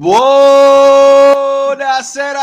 Buonasera,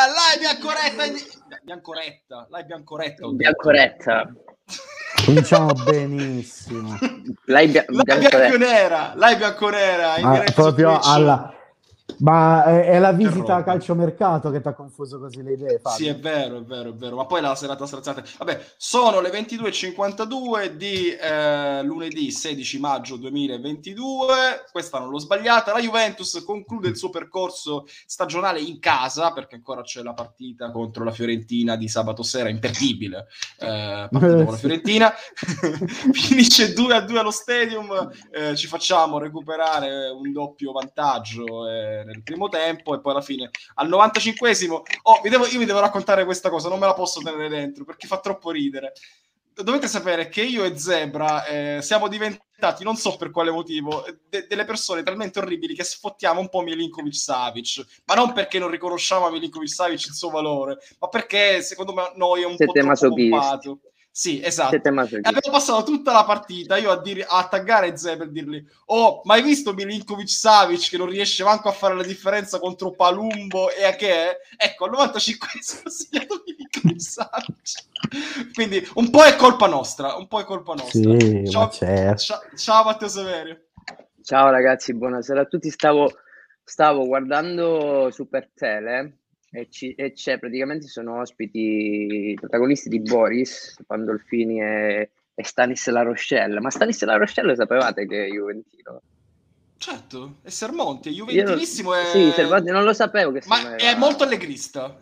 Biancoretta. Cominciamo benissimo. L'hai bianconera, proprio alla... Ma è la visita a calciomercato che ti ha confuso così le idee, Fabio. Sì, è vero, ma poi la serata strazzata. Vabbè, sono le 22:52 di lunedì 16 maggio 2022, questa non l'ho sbagliata. La Juventus conclude il suo percorso stagionale in casa, perché ancora c'è la partita contro la Fiorentina di sabato sera, imperdibile, partita con la Fiorentina. Finisce 2-2 allo Stadium, ci facciamo recuperare un doppio vantaggio nel primo tempo, e poi alla fine al 95esimo io vi devo raccontare questa cosa, non me la posso tenere dentro perché fa troppo ridere. Dovete sapere che io e Zebra siamo diventati, non so per quale motivo, delle persone talmente orribili che sfottiamo un po' Milinkovic-Savic, ma non perché non riconosciamo a Milinkovic-Savic il suo valore, ma perché secondo me noi è un po' troppo pompato. Sì, esatto. E abbiamo passato tutta la partita io a taggare Zé per dirgli: oh, ma hai visto Milinkovic-Savic che non riesce manco a fare la differenza contro Palumbo e a che? Ecco, al 95esimo ha segnato Milinkovic-Savic. Quindi un po' è colpa nostra. Sì, ciao Matteo Saverio. Ciao ragazzi, buonasera a tutti. Stavo guardando Supertele e c'è praticamente, sono ospiti protagonisti di Boris, Pandolfini e Stanis La Rochelle. Ma Stanis La Rochelle sapevate che è juventino? Certo, è Sermonti, è juventinissimo. Sì, Sermonti, non lo sapevo che ma è molto allegrista.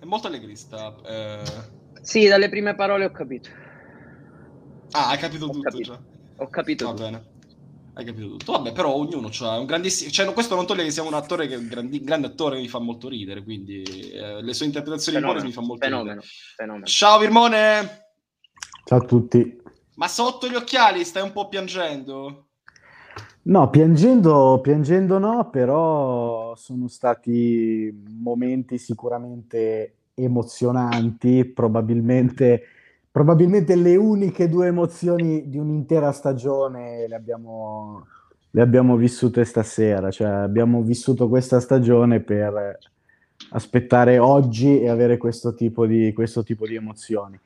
Sì, dalle prime parole ho capito. Ah, hai capito tutto già? Ho capito Va tutto. Bene. Hai capito tutto. Vabbè, però ognuno ha un grandissimo... Cioè, questo non toglie che sia un attore che è un grande attore che mi fa molto ridere, quindi le sue interpretazioni in Boris mi fa molto ridere. Fenomeno. Ciao Virmone! Ciao a tutti. Ma sotto gli occhiali stai un po' piangendo? No, piangendo no, però sono stati momenti sicuramente emozionanti, probabilmente le uniche due emozioni di un'intera stagione le abbiamo vissute stasera, cioè abbiamo vissuto questa stagione per aspettare oggi e avere questo tipo di emozioni.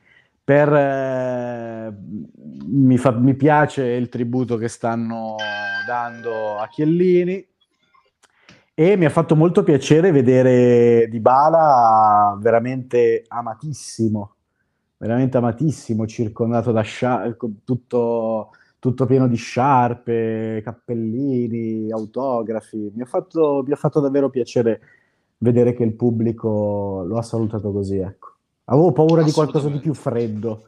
Mi piace il tributo che stanno dando a Chiellini e mi ha fatto molto piacere vedere Dybala veramente amatissimo, circondato da tutto pieno di sciarpe, cappellini, autografi. Mi ha fatto davvero piacere vedere che il pubblico lo ha salutato così, ecco. Avevo paura di qualcosa di più freddo.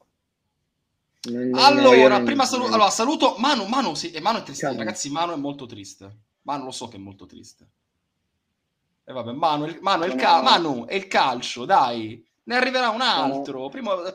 Allora, saluto Manu, sì, e Manu è triste, ragazzi, Manu è molto triste. Manu lo so che è molto triste. E vabbè, Manu è il calcio, dai. Ne arriverà un altro.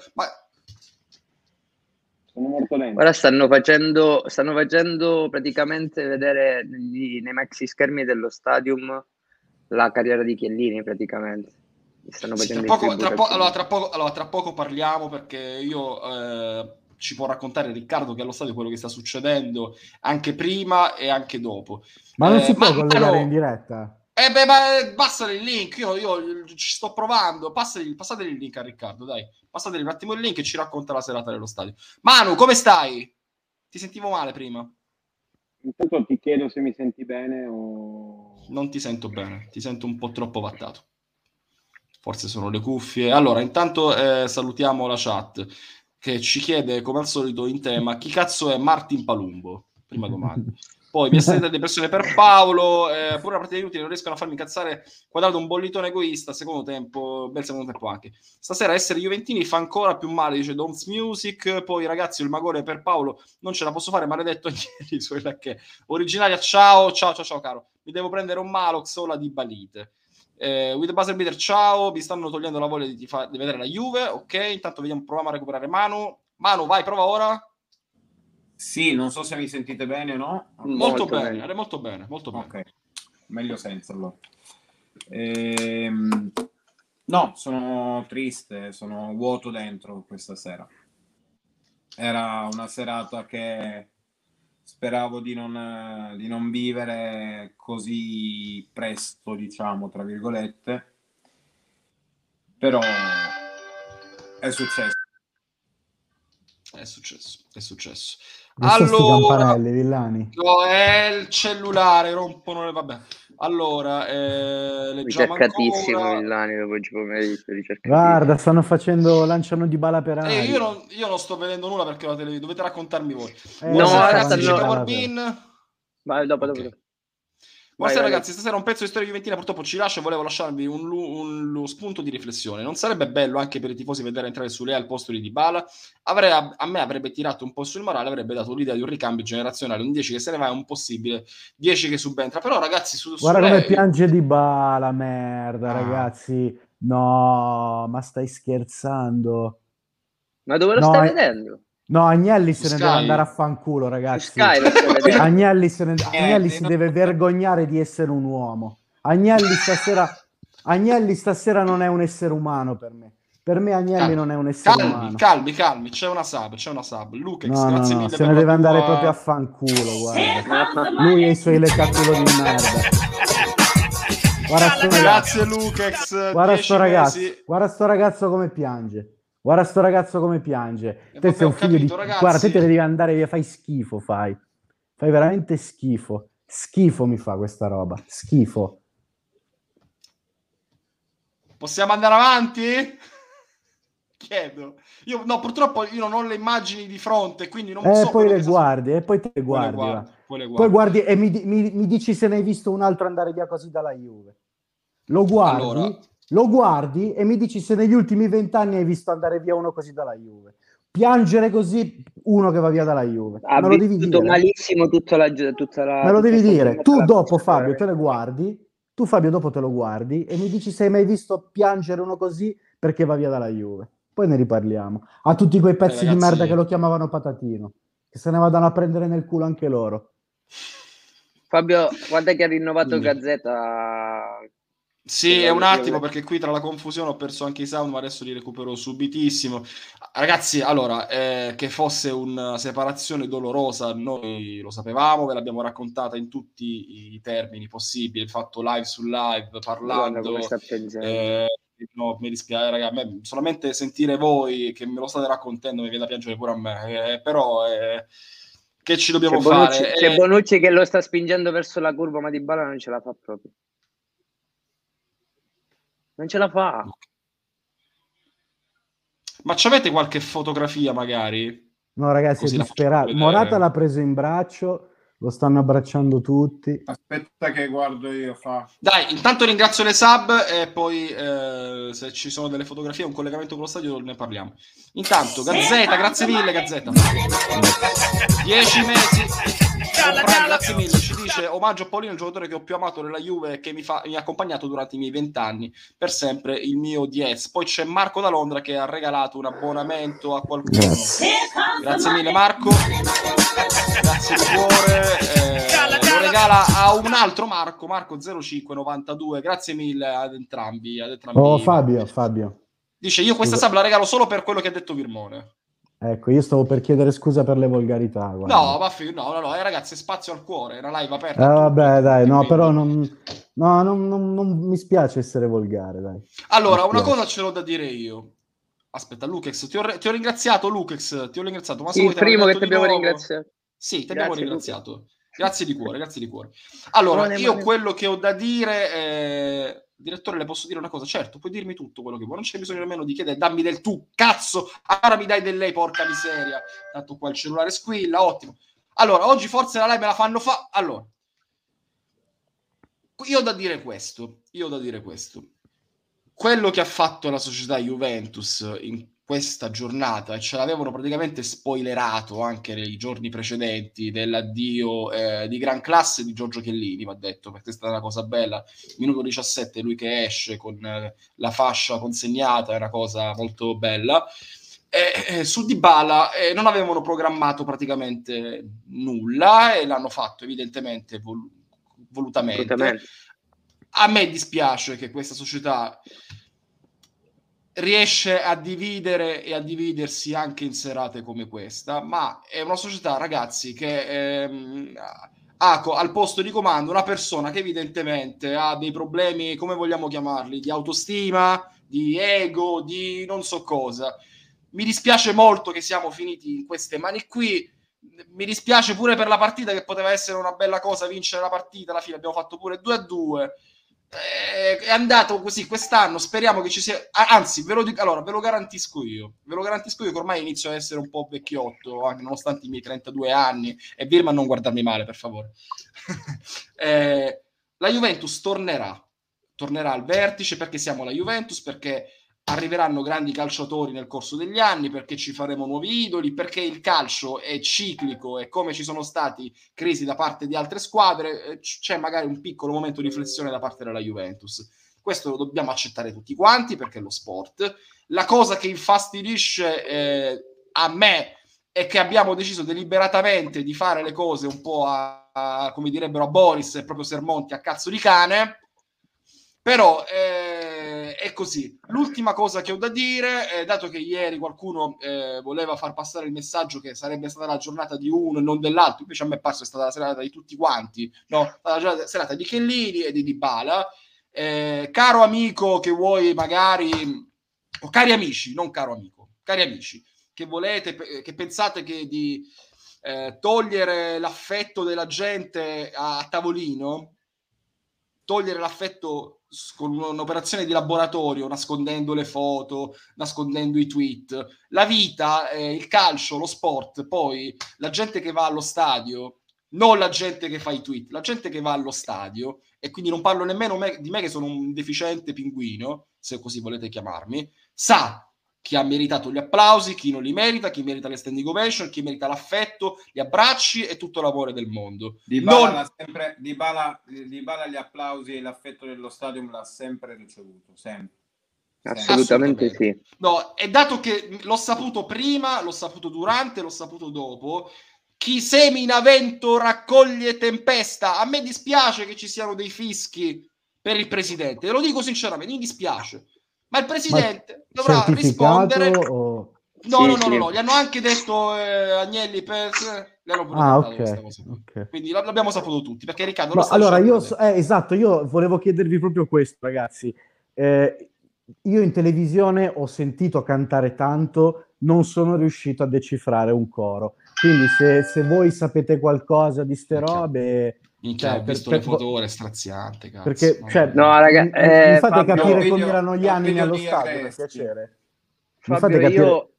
Sono molto lento. Ora stanno facendo praticamente vedere nei maxi schermi dello stadium la carriera di Chiellini, praticamente. Stanno facendo tra poco parliamo, perché io ci può raccontare Riccardo che allo stadio quello che sta succedendo anche prima e anche dopo. Ma non si può collegare in diretta? Ma passate il link, io ci sto provando. Passate il link a Riccardo, dai. Passate un attimo il link e ci racconta la serata dello stadio. Manu, come stai? Ti sentivo male prima. Intanto ti chiedo se mi senti bene o... Non ti sento bene, ti sento un po' troppo vattato. Forse sono le cuffie. Allora, intanto salutiamo la chat che ci chiede, come al solito, in tema: chi cazzo è Martin Palumbo? Prima domanda. Poi mi è stata depressione per Paolo, pure la partita inutile, non riescono a farmi incazzare. Quadrato un bollitone egoista, secondo tempo, bel secondo tempo anche. Stasera essere juventini fa ancora più male, dice Doms Music. Poi ragazzi, il magone per Paolo non ce la posso fare, maledetto ieri su che originaria. Ciao caro, mi devo prendere un Malox o la di Balite. With the buzzer beater, ciao, mi stanno togliendo la voglia di vedere la Juve. Ok, intanto proviamo a recuperare Manu, vai, prova ora. Sì, non so se mi sentite bene o no. Molto bene. Ok, meglio senza allora. No, sono triste, sono vuoto dentro questa sera. Era una serata che speravo di non vivere così presto, diciamo, tra virgolette, però è successo. È successo. Visto sti Allora, campanelli, Villani? no, è il cellulare, rompono le... Vabbè. Allora, leggiamo Ricercatissimo ancora. Villani dopo oggi pomeriggio, Guarda, ricercatissimo. lanciano Dybala per aria. Io non sto vedendo nulla perché la televisione, dovete raccontarmi voi. No, Buonasera adesso ragazzi, hanno- c'è Power Bean. Vai, dopo. Buonasera Vai. ragazzi, stasera un pezzo di storia juventina purtroppo ci lascia e volevo lasciarvi un spunto di riflessione. Non sarebbe bello anche per i tifosi vedere entrare Sule al posto di Dybala? A me avrebbe tirato un po' sul morale, avrebbe dato l'idea di un ricambio generazionale, un 10 che se ne va è un possibile 10 che subentra. Però ragazzi, Guarda Sule... come piange Dybala, merda, ragazzi. No, ma stai scherzando? Ma dove lo stai vedendo? No, Agnelli se Su ne Sky? deve andare a fanculo, ragazzi. Sky lo stai vedendo? Agnelli si deve vergognare di essere un uomo. Agnelli stasera non è un essere umano per me. Per me Agnelli non è un essere umano. Calmi, c'è una sub. Lukex, No, grazie mille se per ne la deve andare tua- proprio a fanculo, guarda. Lui e i suoi leccaculo di merda. Guarda sto ragazzo. Grazie Lukex. Guarda 10 sto ragazzo. mesi. Guarda sto ragazzo come piange. Guarda sto ragazzo come piange. Te vabbè, sei un ho figlio capito, di... ragazzi. Guarda, te ne devi andare via, fai schifo, fai veramente schifo. Schifo mi fa questa roba. Schifo. Possiamo andare avanti? Chiedo. Purtroppo io non ho le immagini di fronte, quindi non so Poi quello le che sta- guardi, e poi te le Poi le guardi. poi le Poi guardi. guardi e mi dici se ne hai visto un altro andare via così dalla Juve. Lo Allora. guardi e mi dici se negli ultimi 20 anni hai visto andare via uno così dalla Juve. Piangere così uno che va via dalla Juve. Ha Me lo devi vissuto dire. malissimo tutta la Me lo devi dire. giornata, Tu la dopo, vissuta Fabio, te le veramente. guardi. Tu, Fabio, dopo te lo guardi e mi dici se hai mai visto piangere uno così perché va via dalla Juve. Poi ne riparliamo. A tutti quei pezzi di ragazzi. merda che lo chiamavano patatino. Che se ne vadano a prendere nel culo anche loro. Fabio, guarda che ha rinnovato Quindi. Gazzetta. Sì, è un attimo perché qui tra la confusione ho perso anche i sound, ma adesso li recupero subitissimo. Ragazzi, allora, che fosse una separazione dolorosa, noi lo sapevamo, ve l'abbiamo raccontata in tutti i termini possibili, fatto live su live, Guarda come parlando. sta piangendo. No, mi dispiace, raga, a me, solamente sentire voi che me lo state raccontando mi viene da piangere pure a me, però che ci dobbiamo fare? C'è Bonucci che lo sta spingendo verso la curva, ma Dybala non ce la fa proprio. Non ce la fa. Ma c'avete qualche fotografia magari? No, ragazzi, Così è la facciamo disperato. vedere. Morata l'ha preso in braccio, lo stanno abbracciando tutti. Aspetta che guardo io, Dai, intanto ringrazio le sub e poi se ci sono delle fotografie, un collegamento con lo stadio ne parliamo. Intanto, Gazzetta, grazie mille Gazzetta. 10 mesi. Grazie mille, ci dice omaggio a Paolino, il giocatore che ho più amato nella Juve e che mi ha accompagnato durante i miei 20 anni, per sempre il mio 10. Poi c'è Marco da Londra che ha regalato un abbonamento a qualcuno. Grazie mille Marco, grazie di cuore. Lo regala a un altro Marco 0592. Grazie mille ad entrambi. Oh, Fabio. Dice io questa sub la regalo solo per quello che ha detto Virmone. Ecco, io stavo per chiedere scusa per le volgarità. Guarda. No, ragazzi, spazio al cuore, è una live aperta. Vabbè, dai, no, però non mi spiace essere volgare, dai. Allora, una cosa ce l'ho da dire io. Aspetta, Lukex, ti ho ringraziato, Lukex, ti ho ringraziato. Ma se il primo che ti abbiamo ringraziato. Sì, ti abbiamo ringraziato. Grazie di cuore. Allora, io quello che ho da dire... Direttore, le posso dire una cosa? Certo, puoi dirmi tutto quello che vuoi, non c'è bisogno nemmeno di chiedere, dammi del tu, cazzo, allora mi dai del lei, porca miseria. Tanto qua il cellulare squilla, ottimo. Allora, oggi forse la live me la fanno fa... Allora, io ho da dire questo. Quello che ha fatto la società Juventus in questa giornata, e ce l'avevano praticamente spoilerato anche nei giorni precedenti, dell'addio di gran classe di Giorgio Chiellini, va detto, perché questa è una cosa bella. Minuto 17, lui che esce con la fascia consegnata, è una cosa molto bella. Su Dybala non avevano programmato praticamente nulla e l'hanno fatto evidentemente volutamente. A me dispiace che questa società riesce a dividere e a dividersi anche in serate come questa, ma è una società, ragazzi, che ha al posto di comando una persona che evidentemente ha dei problemi, come vogliamo chiamarli, di autostima, di ego, di non so cosa. Mi dispiace molto che siamo finiti in queste mani qui. Mi dispiace pure per la partita, che poteva essere una bella cosa vincere la partita. Alla fine abbiamo fatto pure 2-2. È andato così quest'anno. Speriamo che ci sia. Anzi, ve lo dico, allora, ve lo garantisco io. Ve lo garantisco io che ormai inizio a essere un po' vecchiotto, anche nonostante i miei 32 anni. E Birman, non guardarmi male, per favore. La Juventus tornerà al vertice, perché siamo la Juventus, perché arriveranno grandi calciatori nel corso degli anni, perché ci faremo nuovi idoli, perché il calcio è ciclico e come ci sono stati crisi da parte di altre squadre, c'è magari un piccolo momento di riflessione da parte della Juventus. Questo lo dobbiamo accettare tutti quanti, perché è lo sport. La cosa che infastidisce a me è che abbiamo deciso deliberatamente di fare le cose un po' come direbbero a Boris e proprio Sermonti, a cazzo di cane. Però è così. L'ultima cosa che ho da dire, dato che ieri qualcuno voleva far passare il messaggio che sarebbe stata la giornata di uno e non dell'altro, invece a me è parso è stata la serata di tutti quanti, no? La serata di Chiellini e di Dybala. Caro amico che vuoi magari, o cari amici, non caro amico, cari amici, che volete, che pensate che di togliere l'affetto della gente a tavolino, togliere l'affetto con un'operazione di laboratorio, nascondendo le foto, nascondendo i tweet. La vita, il calcio, lo sport, poi la gente che va allo stadio, non la gente che fa i tweet, la gente che va allo stadio, e quindi non parlo nemmeno di me che sono un deficiente pinguino, se così volete chiamarmi, sa chi ha meritato gli applausi, chi non li merita, chi merita le standing ovation, chi merita l'affetto, gli abbracci e tutto l'amore del mondo. Dybala gli applausi e l'affetto dello stadium l'ha sempre ricevuto, sempre. Assolutamente sì. No, è dato che l'ho saputo prima, l'ho saputo durante, l'ho saputo dopo. Chi semina vento raccoglie tempesta. A me dispiace che ci siano dei fischi per il presidente, e lo dico sinceramente, mi dispiace. Ma il presidente dovrà rispondere. O... No, gli hanno anche detto Agnelli per... Gli hanno pure questa cosa. Okay. Quindi l'abbiamo saputo tutti, perché Riccardo lo sta allora esatto, io volevo chiedervi proprio questo, ragazzi. Io in televisione ho sentito cantare tanto, non sono riuscito a decifrare un coro. Quindi se voi sapete qualcosa di ste robe... Minchia, ho visto le foto ore, straziante, cazzo. Perché, no, raga, mi fate capire come erano gli animi allo stadio, per piacere. Fabio, io...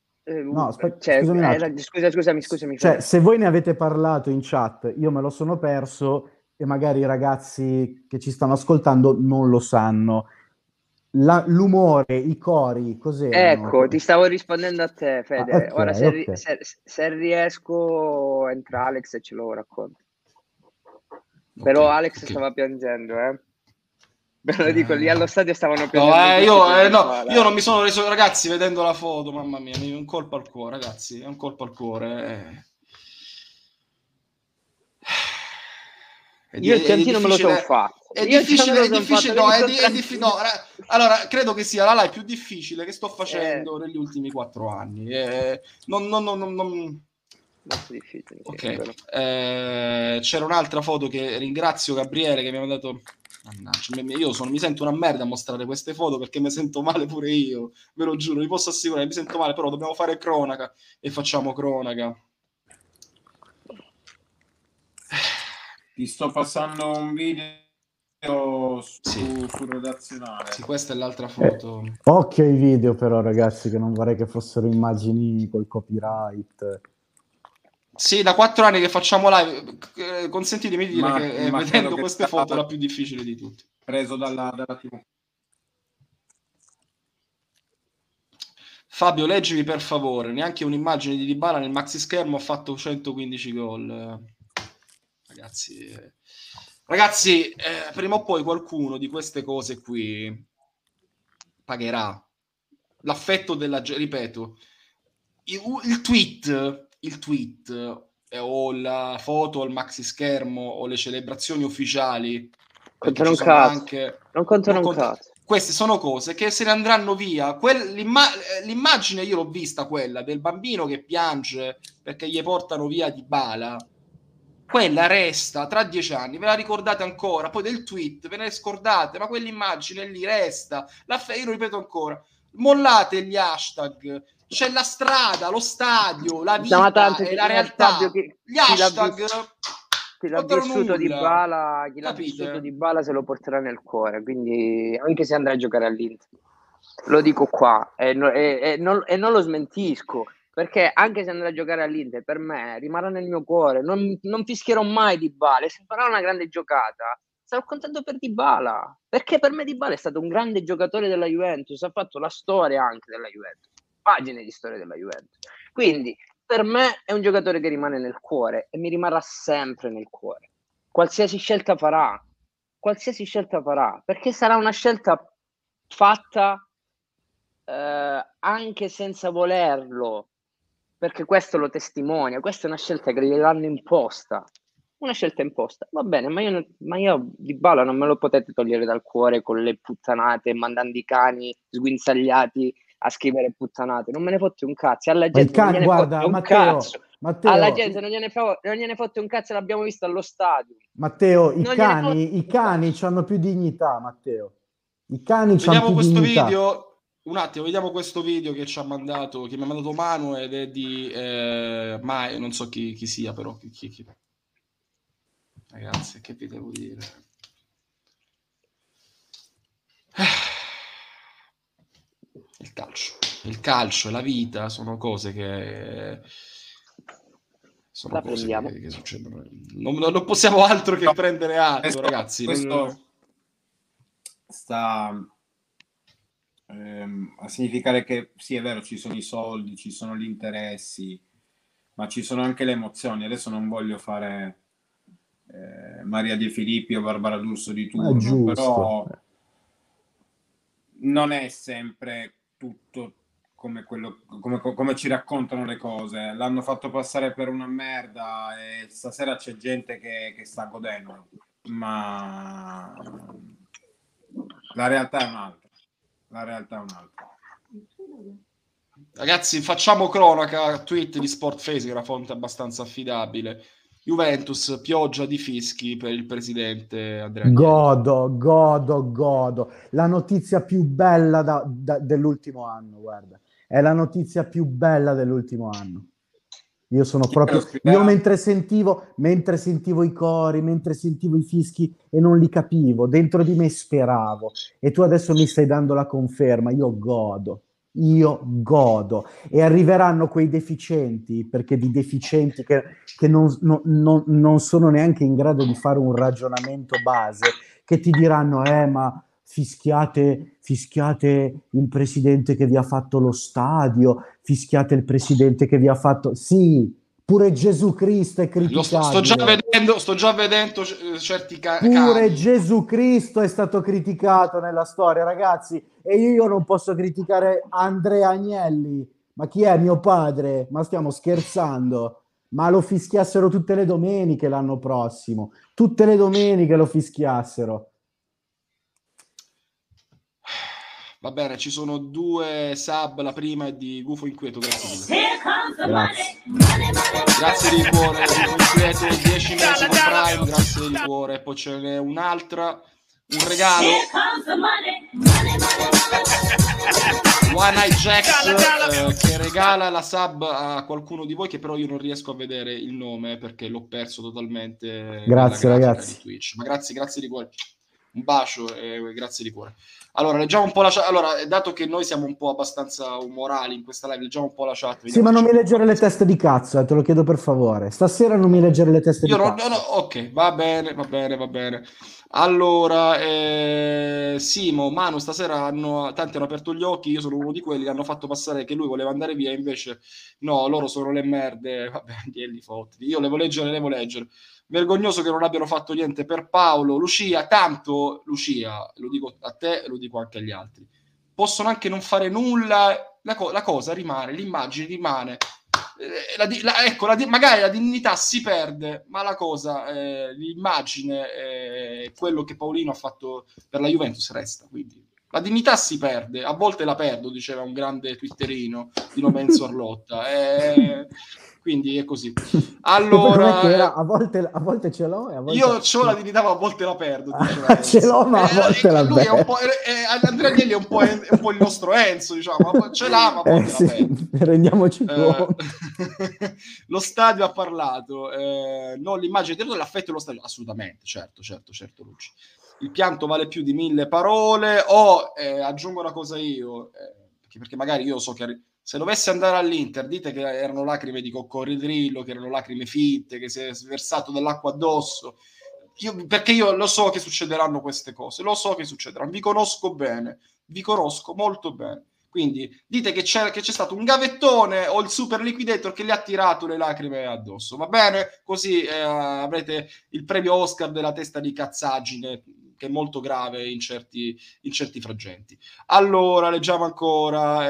Scusami. Cioè, se voi ne avete parlato in chat, io me lo sono perso e magari i ragazzi che ci stanno ascoltando non lo sanno. L'umore, i cori, cos'erano? Ecco, ti stavo rispondendo a te, Fede. Ora se riesco entra Alex e ce lo racconto. Però Alex stava piangendo, Ve lo dico, lì allo stadio stavano piangendo. Io non mi sono reso, ragazzi, vedendo la foto, mamma mia, mi è un colpo al cuore, ragazzi, è un colpo al cuore. Io il piantino me lo sono fatto. È difficile. Allora, credo che sia la live più difficile che sto facendo negli ultimi 4 anni. Molto difficile. Ok. C'era un'altra foto che ringrazio Gabriele che mi ha dato. Mannaggia, mi sento una merda a mostrare queste foto, perché mi sento male pure io, ve lo giuro, vi posso assicurare, mi sento male, però dobbiamo fare cronaca e facciamo cronaca. Ti sto passando un video su redazionale. Sì, questa è l'altra foto. Occhio ai video però, ragazzi, che non vorrei che fossero immagini col copyright. Sì, da 4 anni che facciamo live, consentitemi di dire che vedendo queste foto è la più difficile di tutte. Preso dalla TV. Fabio, leggimi per favore, neanche un'immagine di Dybala nel maxi schermo ha fatto 115 gol. Ragazzi, prima o poi qualcuno di queste cose qui pagherà. L'affetto della gente, ripeto, il tweet o la foto al maxi schermo o le celebrazioni ufficiali contano un cazzo. Non contano un cazzo. queste sono cose che se ne andranno via. L'immagine io l'ho vista, quella del bambino che piange perché gli portano via Dybala, quella resta tra 10 anni, ve la ricordate ancora, poi del tweet ve ne scordate, ma quell'immagine lì resta. Io lo ripeto ancora, mollate gli hashtag, c'è la strada, lo stadio, la vita e la realtà. Gli hashtag chi l'ha vissuto Dybala, chi l'ha vissuto Dybala se lo porterà nel cuore, quindi anche se andrà a giocare all'Inter, lo dico qua e non lo smentisco, perché anche se andrà a giocare all'Inter, per me rimarrà nel mio cuore, non fischierò mai Dybala, se farà una grande giocata sarò contento per Dybala, perché per me Dybala è stato un grande giocatore della Juventus, ha fatto la storia anche della Juventus, pagine di storia della Juventus, quindi per me è un giocatore che rimane nel cuore e mi rimarrà sempre nel cuore, qualsiasi scelta farà, perché sarà una scelta fatta anche senza volerlo, perché questo lo testimonia, questa è una scelta che gliel'hanno imposta, va bene, ma io Dybala non me lo potete togliere dal cuore con le puttanate, mandando i cani sguinzagliati a scrivere puttanate, non me ne fotte un cazzo, alla gente non gliene fotte un cazzo. Matteo, alla gente non gliene fotte un cazzo, l'abbiamo visto allo stadio. Matteo, i cani hanno più dignità, Matteo. I cani hanno più dignità. Video. Un attimo, vediamo questo video che mi ha mandato Manu, ed è di non so chi sia, però chi. Ragazzi, che vi devo dire? Il calcio e la vita sono cose che succedono. Non possiamo altro che prendere atto, ragazzi. Questo sta a significare che sì, è vero, ci sono i soldi, ci sono gli interessi, ma ci sono anche le emozioni. Adesso non voglio fare Maria De Filippi o Barbara D'Urso di turno, però non è sempre tutto come ci raccontano le cose. L'hanno fatto passare per una merda e stasera c'è gente che sta godendo, ma la realtà è un'altra. Ragazzi, facciamo cronaca. Tweet di Sportface, che è una fonte abbastanza affidabile. Juventus, pioggia di fischi per il presidente Andrea Agnelli. Godo. La notizia più bella dell'ultimo anno, guarda. È la notizia più bella dell'ultimo anno. Io sono proprio... Io mentre sentivo i cori, mentre sentivo i fischi e non li capivo, dentro di me speravo. E tu adesso mi stai dando la conferma. Io godo. E arriveranno quei deficienti, perché di deficienti che non sono neanche in grado di fare un ragionamento base, che ti diranno ma fischiate il presidente che vi ha fatto lo stadio, fischiate il presidente che vi ha fatto... Sì, pure Gesù Cristo è criticabile. Sto già vedendo certi Pure Gesù Cristo è stato criticato nella storia, ragazzi, e io non posso criticare Andrea Agnelli. Ma chi è mio padre? Ma stiamo scherzando? Ma lo fischiassero tutte le domeniche l'anno prossimo. Tutte le domeniche lo fischiassero. Va bene, ci sono 2 sub, la prima è di Gufo Inquieto, grazie di cuore, Gufo Inquieto, 10 mesi con Prime, grazie di cuore, poi ce n'è un'altra, un regalo, One Eye Jax, che regala la sub a qualcuno di voi, che però io non riesco a vedere il nome perché l'ho perso totalmente. Grazie ragazzi. Di Twitch. Ma grazie di cuore. Un bacio e grazie di cuore. Allora, leggiamo un po' la chat. Allora, dato che noi siamo un po' abbastanza umorali in questa live, leggiamo un po' la chat. Sì, ma non mi leggere le teste di cazzo, te lo chiedo per favore. Stasera non mi leggere le teste di cazzo. No, ok, va bene. Allora, Simo, Manu, stasera tanti hanno aperto gli occhi, io sono uno di quelli, hanno fatto passare che lui voleva andare via, invece no, loro sono le merde. Vabbè, li fotti. Io devo leggere. Vergognoso che non abbiano fatto niente per Paolo. Lucia, lo dico a te, lo dico anche agli altri, possono anche non fare nulla, la cosa rimane, l'immagine rimane, magari la dignità si perde, ma la cosa, l'immagine, quello che Paolino ha fatto per la Juventus resta, quindi La dignità si perde, a volte la perdo, diceva un grande twitterino di Lorenzo Arlotta. Quindi è così. Allora, era? A volte ce l'ho e a volte... io ho la dignità, ma a volte la perdo. Diceva Ce l'ho, ma a volte la lui perdo. Andrea Agnelli è un po' il nostro Enzo, diciamo. Ce l'ha, ma a volte la perdo. Rendiamoci conto. Lo stadio ha parlato, non l'immagine l'affetto dello stadio, assolutamente, certo Luci. Il pianto vale più di 1000 parole. Aggiungo una cosa io, perché magari io so che se dovesse andare all'Inter, dite che erano lacrime di coccodrillo, che erano lacrime finte, che si è sversato dell'acqua addosso. Perché io lo so che succederanno queste cose, lo so che succederanno, vi conosco bene, vi conosco molto bene. Quindi dite che c'è stato un gavettone o il super liquidator che gli ha tirato le lacrime addosso, va bene? Così avrete il premio Oscar della testa di cazzaggine, che è molto grave in certi frangenti. Allora, leggiamo ancora.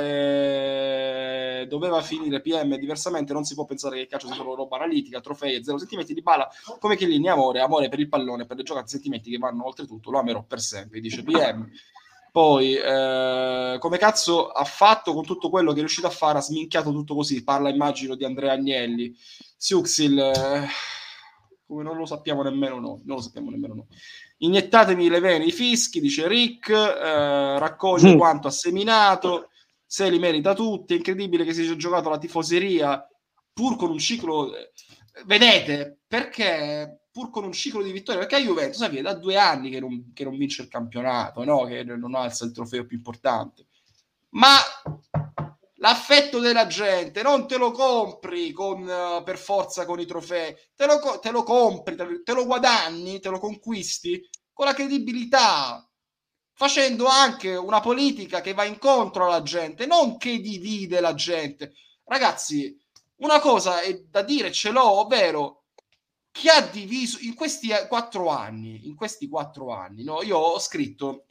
Doveva finire PM, diversamente non si può pensare che il calcio sia solo roba analitica, trofei e 0 sentimenti di Bala, come che linea amore per il pallone, per le giocate, sentimenti che vanno oltretutto, lo amerò per sempre, dice PM. Poi, come cazzo ha fatto con tutto quello che è riuscito a fare, ha sminchiato tutto così, parla immagino di Andrea Agnelli. Siuxil, come non lo sappiamo nemmeno noi, Iniettatemi le vene i fischi, dice Rick, raccoglie quanto ha seminato, se li merita tutti, è incredibile che si sia giocato la tifoseria, pur con un ciclo... Vedete, perché pur con un ciclo di vittorie, perché a Juventus è da 2 anni che non vince il campionato, no? Che non alza il trofeo più importante. Ma l'affetto della gente non te lo compri per forza con i trofei, te lo compri, te lo guadagni, te lo conquisti con la credibilità, facendo anche una politica che va incontro alla gente, non che divide la gente. Ragazzi, una cosa è da dire, ce l'ho, ovvero chi ha diviso in questi 4 anni, no? Io ho scritto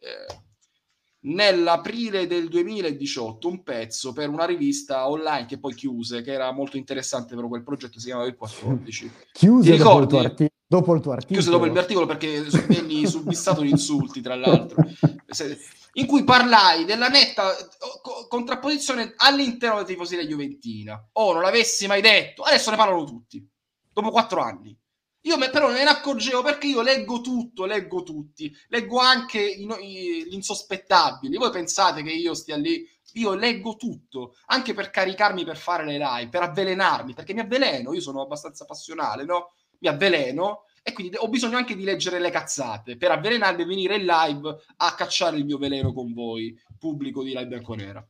nell'aprile del 2018 un pezzo per una rivista online che poi chiuse, che era molto interessante per quel progetto, si chiamava Il 14. Chiuse dopo il tuo articolo. Chiuse dopo il mio articolo perché venni subissato di insulti, tra l'altro, in cui parlai della netta contrapposizione all'interno della tifoseria juventina. Non l'avessi mai detto, adesso ne parlano tutti, dopo 4 anni. Io però me ne accorgevo perché io leggo tutto, leggo tutti, leggo anche gli insospettabili. Voi pensate che io stia lì? Io leggo tutto, anche per caricarmi, per fare le live, per avvelenarmi, perché mi avveleno, io sono abbastanza passionale, no? Mi avveleno e quindi ho bisogno anche di leggere le cazzate per avvelenarmi e venire in live a cacciare il mio veleno con voi, pubblico di Live Bianconera.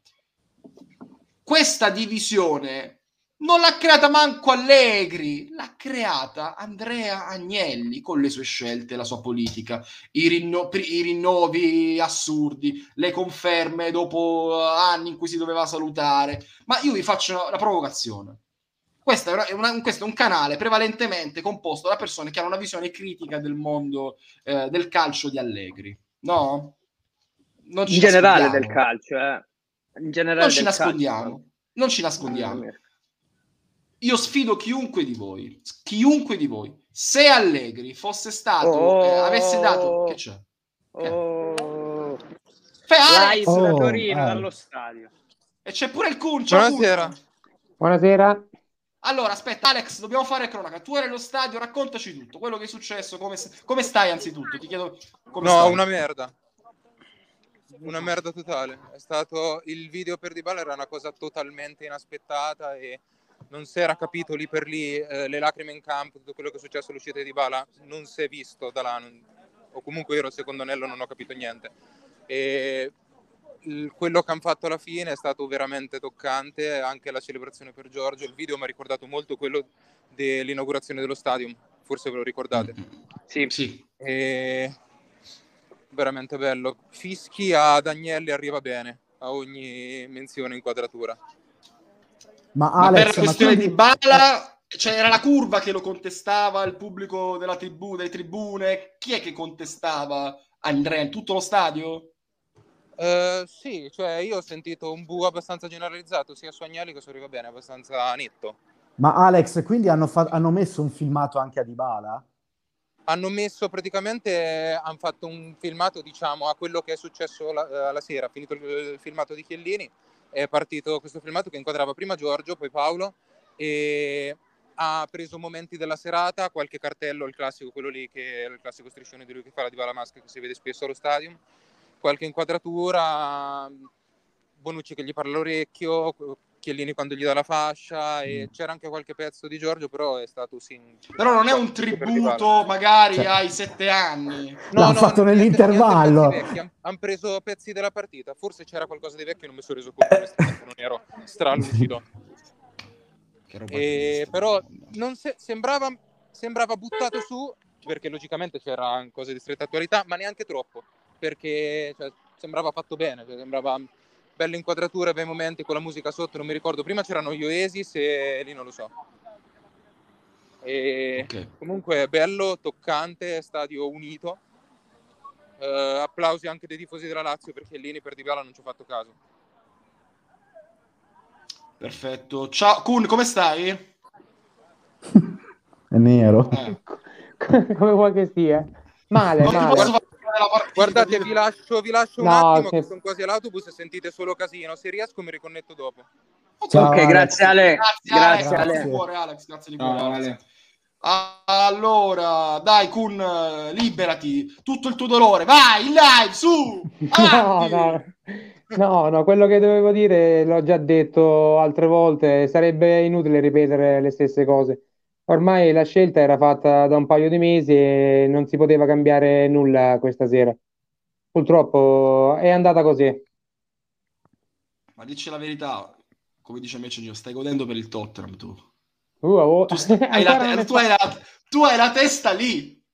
Questa divisione non l'ha creata manco Allegri, l'ha creata Andrea Agnelli con le sue scelte, la sua politica, i rinnovi assurdi, le conferme dopo anni in cui si doveva salutare. Ma io vi faccio una provocazione. Questo è un canale prevalentemente composto da persone che hanno una visione critica del mondo del calcio di Allegri, no? In generale del calcio, in generale non ci nascondiamo, non ci nascondiamo. Io sfido chiunque di voi, se Allegri fosse stato, avesse dato... Che c'è? Live da Torino, dallo stadio. E c'è pure il Kun. Buonasera. Allora, aspetta, Alex, dobbiamo fare cronaca. Tu eri allo stadio, raccontaci tutto, quello che è successo, come stai anzitutto? Ti chiedo come stai. Una merda. Una merda totale. È stato il video per Dybala, era una cosa totalmente inaspettata e non si era capito lì per lì, le lacrime in campo, tutto quello che è successo all'uscita di Dybala non si è visto da là, o comunque io ero il secondo anello, non ho capito niente. E quello che hanno fatto alla fine è stato veramente toccante, anche la celebrazione per Giorgio. Il video mi ha ricordato molto quello dell'inaugurazione dello stadium, forse ve lo ricordate? Sì. E veramente bello. Fischi ad Agnelli arriva bene a ogni menzione inquadratura. Ma Alex, per questione di Bala, cioè era la curva che lo contestava, il pubblico delle tribune, chi è che contestava Andrea in tutto lo stadio? Sì, cioè io ho sentito un bu abbastanza generalizzato sia su Agnelli che su Arriva Bene, abbastanza netto. Ma Alex, quindi hanno messo un filmato anche a Dybala? hanno messo praticamente, hanno fatto un filmato, diciamo, a quello che è successo la sera, finito il filmato di Chiellini, è partito questo filmato che inquadrava prima Giorgio, poi Paolo, e ha preso momenti della serata, qualche cartello, il classico, quello lì che è il classico striscione di lui che fa la Dybala Mask che si vede spesso allo stadium, qualche inquadratura, Bonucci che gli parla all'orecchio, Chiellini quando gli dà la fascia, e c'era anche qualche pezzo di Giorgio, però è stato però non è un tributo magari ai 7 anni. L'hanno fatto nell'intervallo. Hanno preso pezzi della partita, forse c'era qualcosa di vecchio, non mi sono reso conto, onestamente non ero stralucido. Però non sembrava buttato su, perché logicamente c'era cose di stretta attualità, ma neanche troppo, perché sembrava fatto bene, sembrava belle inquadrature, bei momenti con la musica sotto, non mi ricordo, prima c'erano gli Oasis e lì non lo so. Comunque bello, toccante, stadio unito, applausi anche dei tifosi della Lazio, perché Chiellini per Dybala non ci ho fatto caso. Perfetto, ciao Kun, come stai? È nero. Come vuoi che sia? Male. Guardate, vi lascio un attimo che sono quasi all'autobus e sentite solo casino. Se riesco mi riconnetto dopo. Ciao, ok, grazie Ale. Grazie di cuore, Alex. Grazie di cuore, Alex. Allora, dai Kun, liberati. Tutto il tuo dolore. Vai, in live, su! No, quello che dovevo dire l'ho già detto altre volte. Sarebbe inutile ripetere le stesse cose. Ormai la scelta era fatta da un paio di mesi e non si poteva cambiare nulla questa sera. Purtroppo è andata così. Ma dici la verità, come dice Meccenio, stai godendo per il Tottenham tu. Tu hai la testa lì.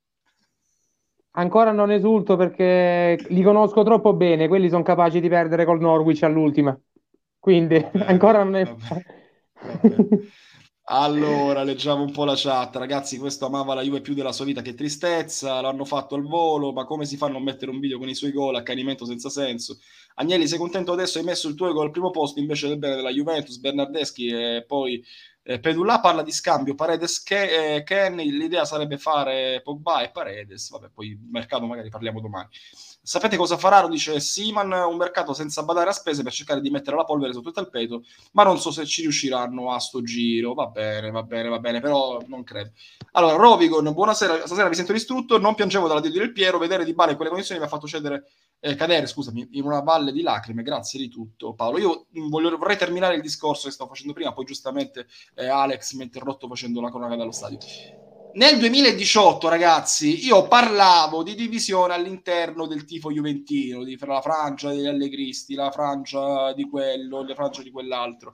Ancora non esulto perché li conosco troppo bene, quelli sono capaci di perdere col Norwich all'ultima. Quindi ancora non è... Vabbè. Allora, leggiamo un po' la chat. Ragazzi, questo amava la Juve più della sua vita, che tristezza, l'hanno fatto al volo, ma come si fa a non mettere un video con i suoi gol, accanimento senza senso. Agnelli, sei contento adesso? Hai messo il tuo gol al primo posto invece del bene della Juventus, Bernardeschi e poi Pedulà parla di scambio, Paredes Kenny, l'idea sarebbe fare Pogba e Paredes, vabbè, poi il mercato magari parliamo domani. Sapete cosa faranno? Dice Siman, un mercato senza badare a spese per cercare di mettere la polvere sotto il tappeto, ma non so se ci riusciranno a sto giro. Va bene, però non credo. Allora, Rovigon, buonasera, stasera vi sento distrutto, non piangevo dall'addio di Del Piero, vedere Dybala in quelle condizioni mi ha fatto cadere, scusami, in una valle di lacrime, grazie di tutto Paolo. Io vorrei terminare il discorso che stavo facendo prima, poi giustamente Alex mi ha interrotto facendo la cronaca dallo stadio. Nel 2018, ragazzi, io parlavo di divisione all'interno del tifo juventino, fra la frangia degli allegristi, la frangia di quello, la frangia di quell'altro.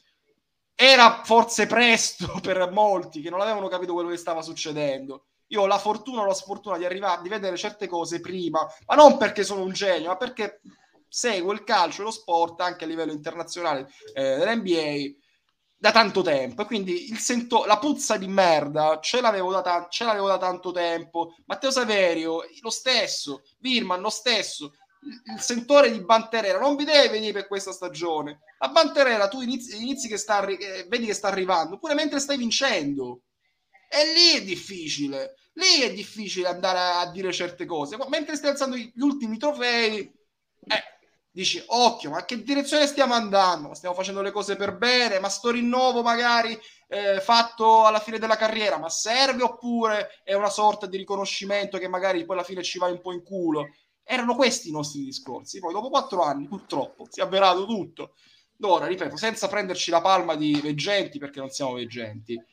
Era forse presto per molti che non avevano capito quello che stava succedendo. Io ho la fortuna o la sfortuna di vedere certe cose prima, ma non perché sono un genio, ma perché seguo il calcio e lo sport anche a livello internazionale dell'NBA da tanto tempo, e quindi la puzza di merda ce l'avevo da tanto tempo. Matteo Saverio lo stesso, Virman lo stesso, il sentore di Banterera non vi deve venire per questa stagione. La Banterera tu inizi che vedi che sta arrivando pure mentre stai vincendo, e lì è difficile andare a dire certe cose, mentre stai alzando gli ultimi trofei dici occhio, ma che direzione stiamo andando? Stiamo facendo le cose per bene? Ma sto rinnovo magari fatto alla fine della carriera, ma serve oppure è una sorta di riconoscimento che magari poi alla fine ci va un po' in culo? Erano questi i nostri discorsi. Poi dopo 4 anni purtroppo si è avverato tutto. Ora, ripeto, senza prenderci la palma di veggenti, perché non siamo veggenti,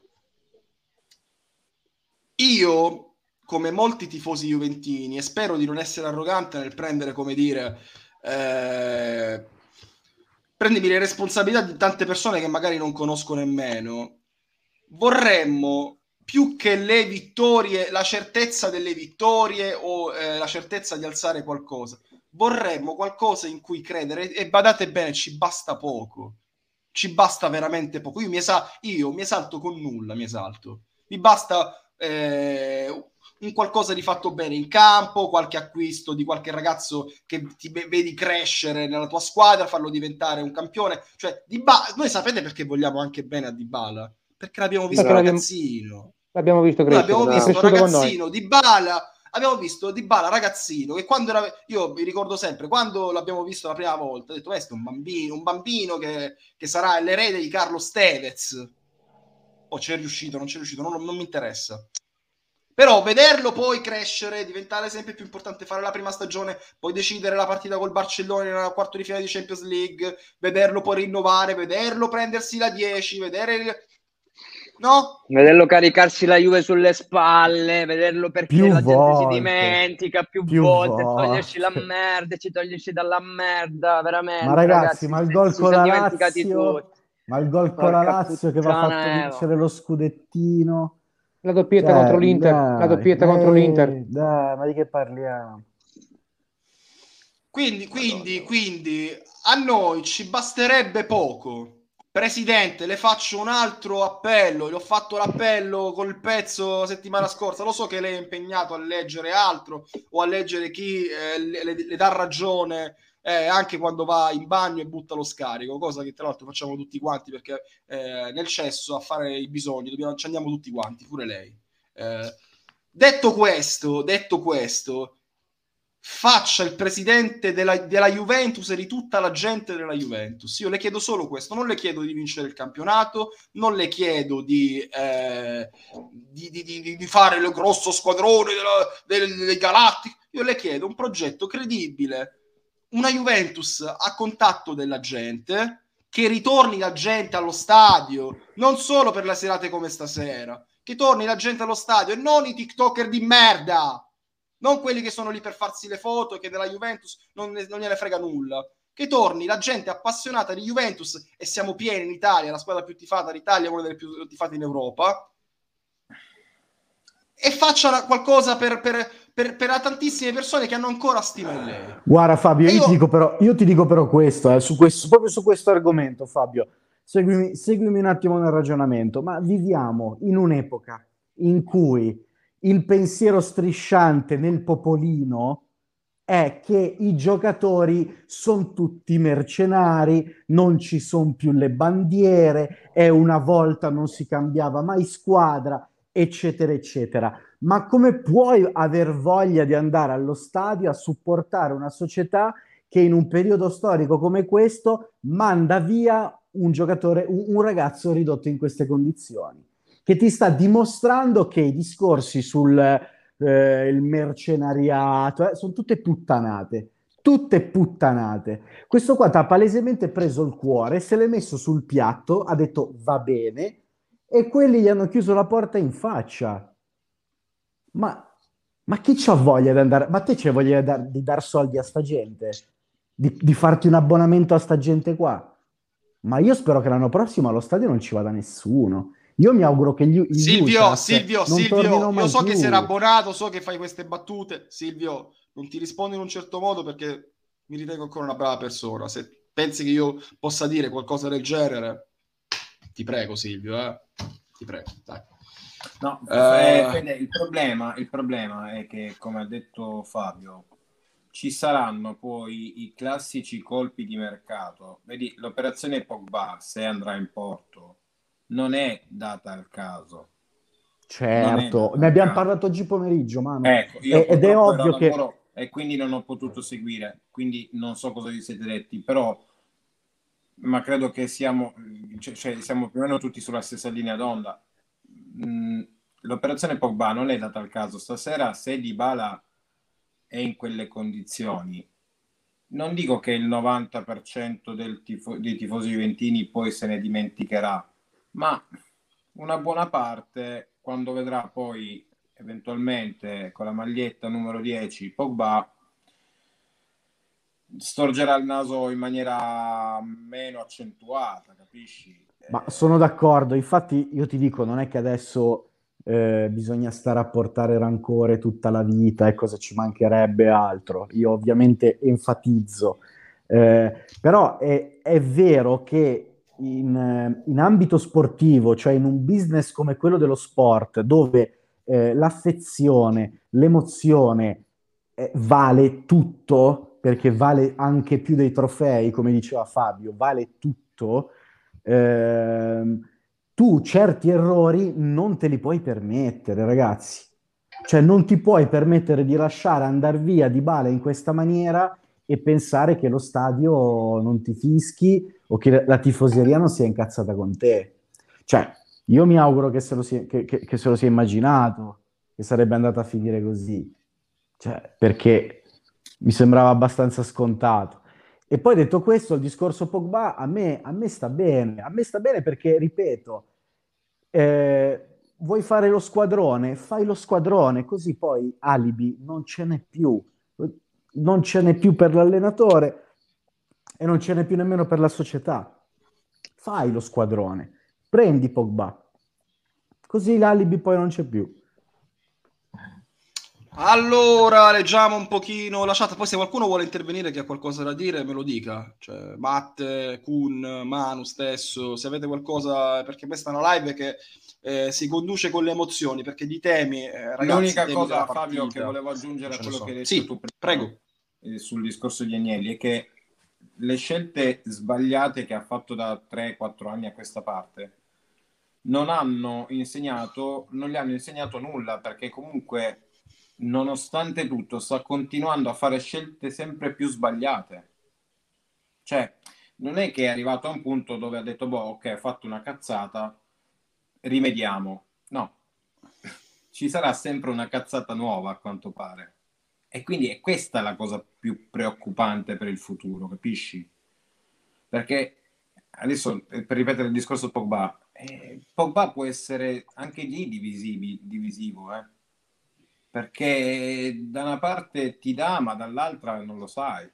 io, come molti tifosi juventini, e spero di non essere arrogante nel prendere, come dire, prendermi le responsabilità di tante persone che magari non conosco nemmeno, vorremmo più che le vittorie, la certezza delle vittorie o la certezza di alzare qualcosa, vorremmo qualcosa in cui credere, e badate bene, ci basta poco, ci basta veramente poco. Io mi esalto con nulla, mi basta un qualcosa di fatto bene in campo, qualche acquisto di qualche ragazzo che ti vedi crescere nella tua squadra, farlo diventare un campione. Cioè, noi sapete perché vogliamo anche bene a Dybala? Perché l'abbiamo visto ragazzino. L'abbiamo visto Noi crescere, abbiamo è visto cresciuto con noi. ragazzino Dybala, abbiamo visto Dybala ragazzino che quando era, io mi ricordo sempre quando l'abbiamo visto la prima volta, ho detto questo è un bambino che sarà l'erede di Carlos Tevez. Oh, c'è riuscito, non c'è riuscito, non mi interessa. Però vederlo poi crescere, diventare sempre più importante, fare la prima stagione, poi decidere la partita col Barcellona nel quarto di finale di Champions League, vederlo poi rinnovare, vederlo prendersi la 10, vedere... No? Vederlo caricarsi la Juve sulle spalle, vederlo perché Più la gente si volte. dimentica più Più volte, volte. toglierci la merda, ci toglierci dalla merda, veramente. Ma ragazzi, ma il gol si con sono la dimenticati Lazio, tutti. ma il gol con la Porca Lazio che va fatto puttana, vincere lo scudettino. La doppietta contro l'Inter, la doppietta contro l'Inter. Dai, ma di che parliamo? Quindi a noi ci basterebbe poco. Presidente, le faccio un altro appello. Le ho fatto l'appello col pezzo settimana scorsa. Lo so che lei è impegnato a leggere altro o a leggere chi le dà ragione anche quando va in bagno e butta lo scarico, cosa che tra l'altro facciamo tutti quanti perché nel cesso a fare i bisogni ci andiamo tutti quanti, pure lei. Detto questo, faccia il presidente della Juventus e di tutta la gente della Juventus. Io le chiedo solo questo, non le chiedo di vincere il campionato, non le chiedo di fare il grosso squadrone dei Galactic, io le chiedo un progetto credibile, una Juventus a contatto della gente, che ritorni la gente allo stadio, non solo per le serate come stasera, che torni la gente allo stadio e non i TikToker di merda, non quelli che sono lì per farsi le foto e che della Juventus non gliene frega nulla, che torni la gente appassionata di Juventus, e siamo pieni in Italia, la squadra più tifata d'Italia, una delle più tifate in Europa, e faccia qualcosa per tantissime persone che hanno ancora stima in lei. Guarda Fabio, io ti dico però questo, proprio su questo argomento, Fabio, seguimi un attimo nel ragionamento, ma viviamo in un'epoca in cui il pensiero strisciante nel popolino è che i giocatori sono tutti mercenari, non ci sono più le bandiere, e una volta non si cambiava mai squadra, eccetera, eccetera. Ma come puoi aver voglia di andare allo stadio a supportare una società che in un periodo storico come questo manda via un giocatore, un ragazzo ridotto in queste condizioni? Che ti sta dimostrando che i discorsi sul il mercenariato sono tutte puttanate. Tutte puttanate. Questo qua ti ha palesemente preso il cuore, se l'è messo sul piatto, ha detto va bene, e quelli gli hanno chiuso la porta in faccia. Ma chi c'ha voglia di andare? Ma te c'hai voglia di dar soldi a sta gente? Di farti un abbonamento a sta gente qua? Ma io spero che l'anno prossimo allo stadio non ci vada nessuno. Io mi auguro che gli Silvio, non tornino mai io so più. che sei abbonato, so che fai queste battute. Silvio, non ti rispondo in un certo modo perché mi ritengo ancora una brava persona. Se pensi che io possa dire qualcosa del genere, ti prego Silvio, ti prego, dai. No, Fede, il problema è che, come ha detto Fabio, ci saranno poi i classici colpi di mercato. Vedi, l'operazione Pogba, se andrà in porto, non è data al caso. Certo, ne abbiamo parlato oggi pomeriggio, Manu. Ecco, io ed è ovvio che... e quindi non ho potuto seguire, quindi non so cosa vi siete detti, però ma credo che siamo più o meno tutti sulla stessa linea d'onda. L'operazione Pogba non è data al caso. Stasera, se Dybala è in quelle condizioni, non dico che il 90% dei tifosi juventini poi se ne dimenticherà, ma una buona parte, quando vedrà poi eventualmente con la maglietta numero 10 Pogba, storgerà il naso in maniera meno accentuata, capisci? Ma sono d'accordo, infatti io ti dico, non è che adesso bisogna stare a portare rancore tutta la vita e cosa ci mancherebbe altro. Io ovviamente enfatizzo, però è vero che in ambito sportivo, cioè in un business come quello dello sport, dove l'affezione, l'emozione vale tutto, perché vale anche più dei trofei, come diceva Fabio, vale tutto. Tu tu certi errori non te li puoi permettere, ragazzi. Cioè non ti puoi permettere di lasciare andare via Dybala in questa maniera e pensare che lo stadio non ti fischi o che la tifoseria non sia incazzata con te. Cioè, io mi auguro che se lo sia immaginato, che sarebbe andata a finire così. Cioè, perché mi sembrava abbastanza scontato. E poi detto questo, il discorso Pogba a me sta bene. A me sta bene perché, ripeto, vuoi fare lo squadrone? Fai lo squadrone, così poi alibi non ce n'è più. Non ce n'è più per l'allenatore e non ce n'è più nemmeno per la società. Fai lo squadrone, prendi Pogba, così l'alibi poi non c'è più. Allora, leggiamo un pochino la chat, poi se qualcuno vuole intervenire che ha qualcosa da dire me lo dica, cioè Matte, Kun, Manu stesso, se avete qualcosa, perché questa è una live che si conduce con le emozioni, perché di temi, ragazzi, L'unica temi cosa, della Fabio, partita, che volevo aggiungere a ce ne quello sono. che hai detto Sì, tu prima, prego. Sul discorso di Agnelli, è che le scelte sbagliate che ha fatto da 3-4 anni a questa parte non gli hanno insegnato nulla, perché comunque nonostante tutto sta continuando a fare scelte sempre più sbagliate. Cioè, non è che è arrivato a un punto dove ha detto, boh, ok, ho fatto una cazzata, rimediamo. No, ci sarà sempre una cazzata nuova, a quanto pare. E quindi è questa la cosa più preoccupante per il futuro, capisci? Perché adesso, per ripetere il discorso Pogba, Pogba può essere anche lì divisivo, perché da una parte ti dà, ma dall'altra non lo sai.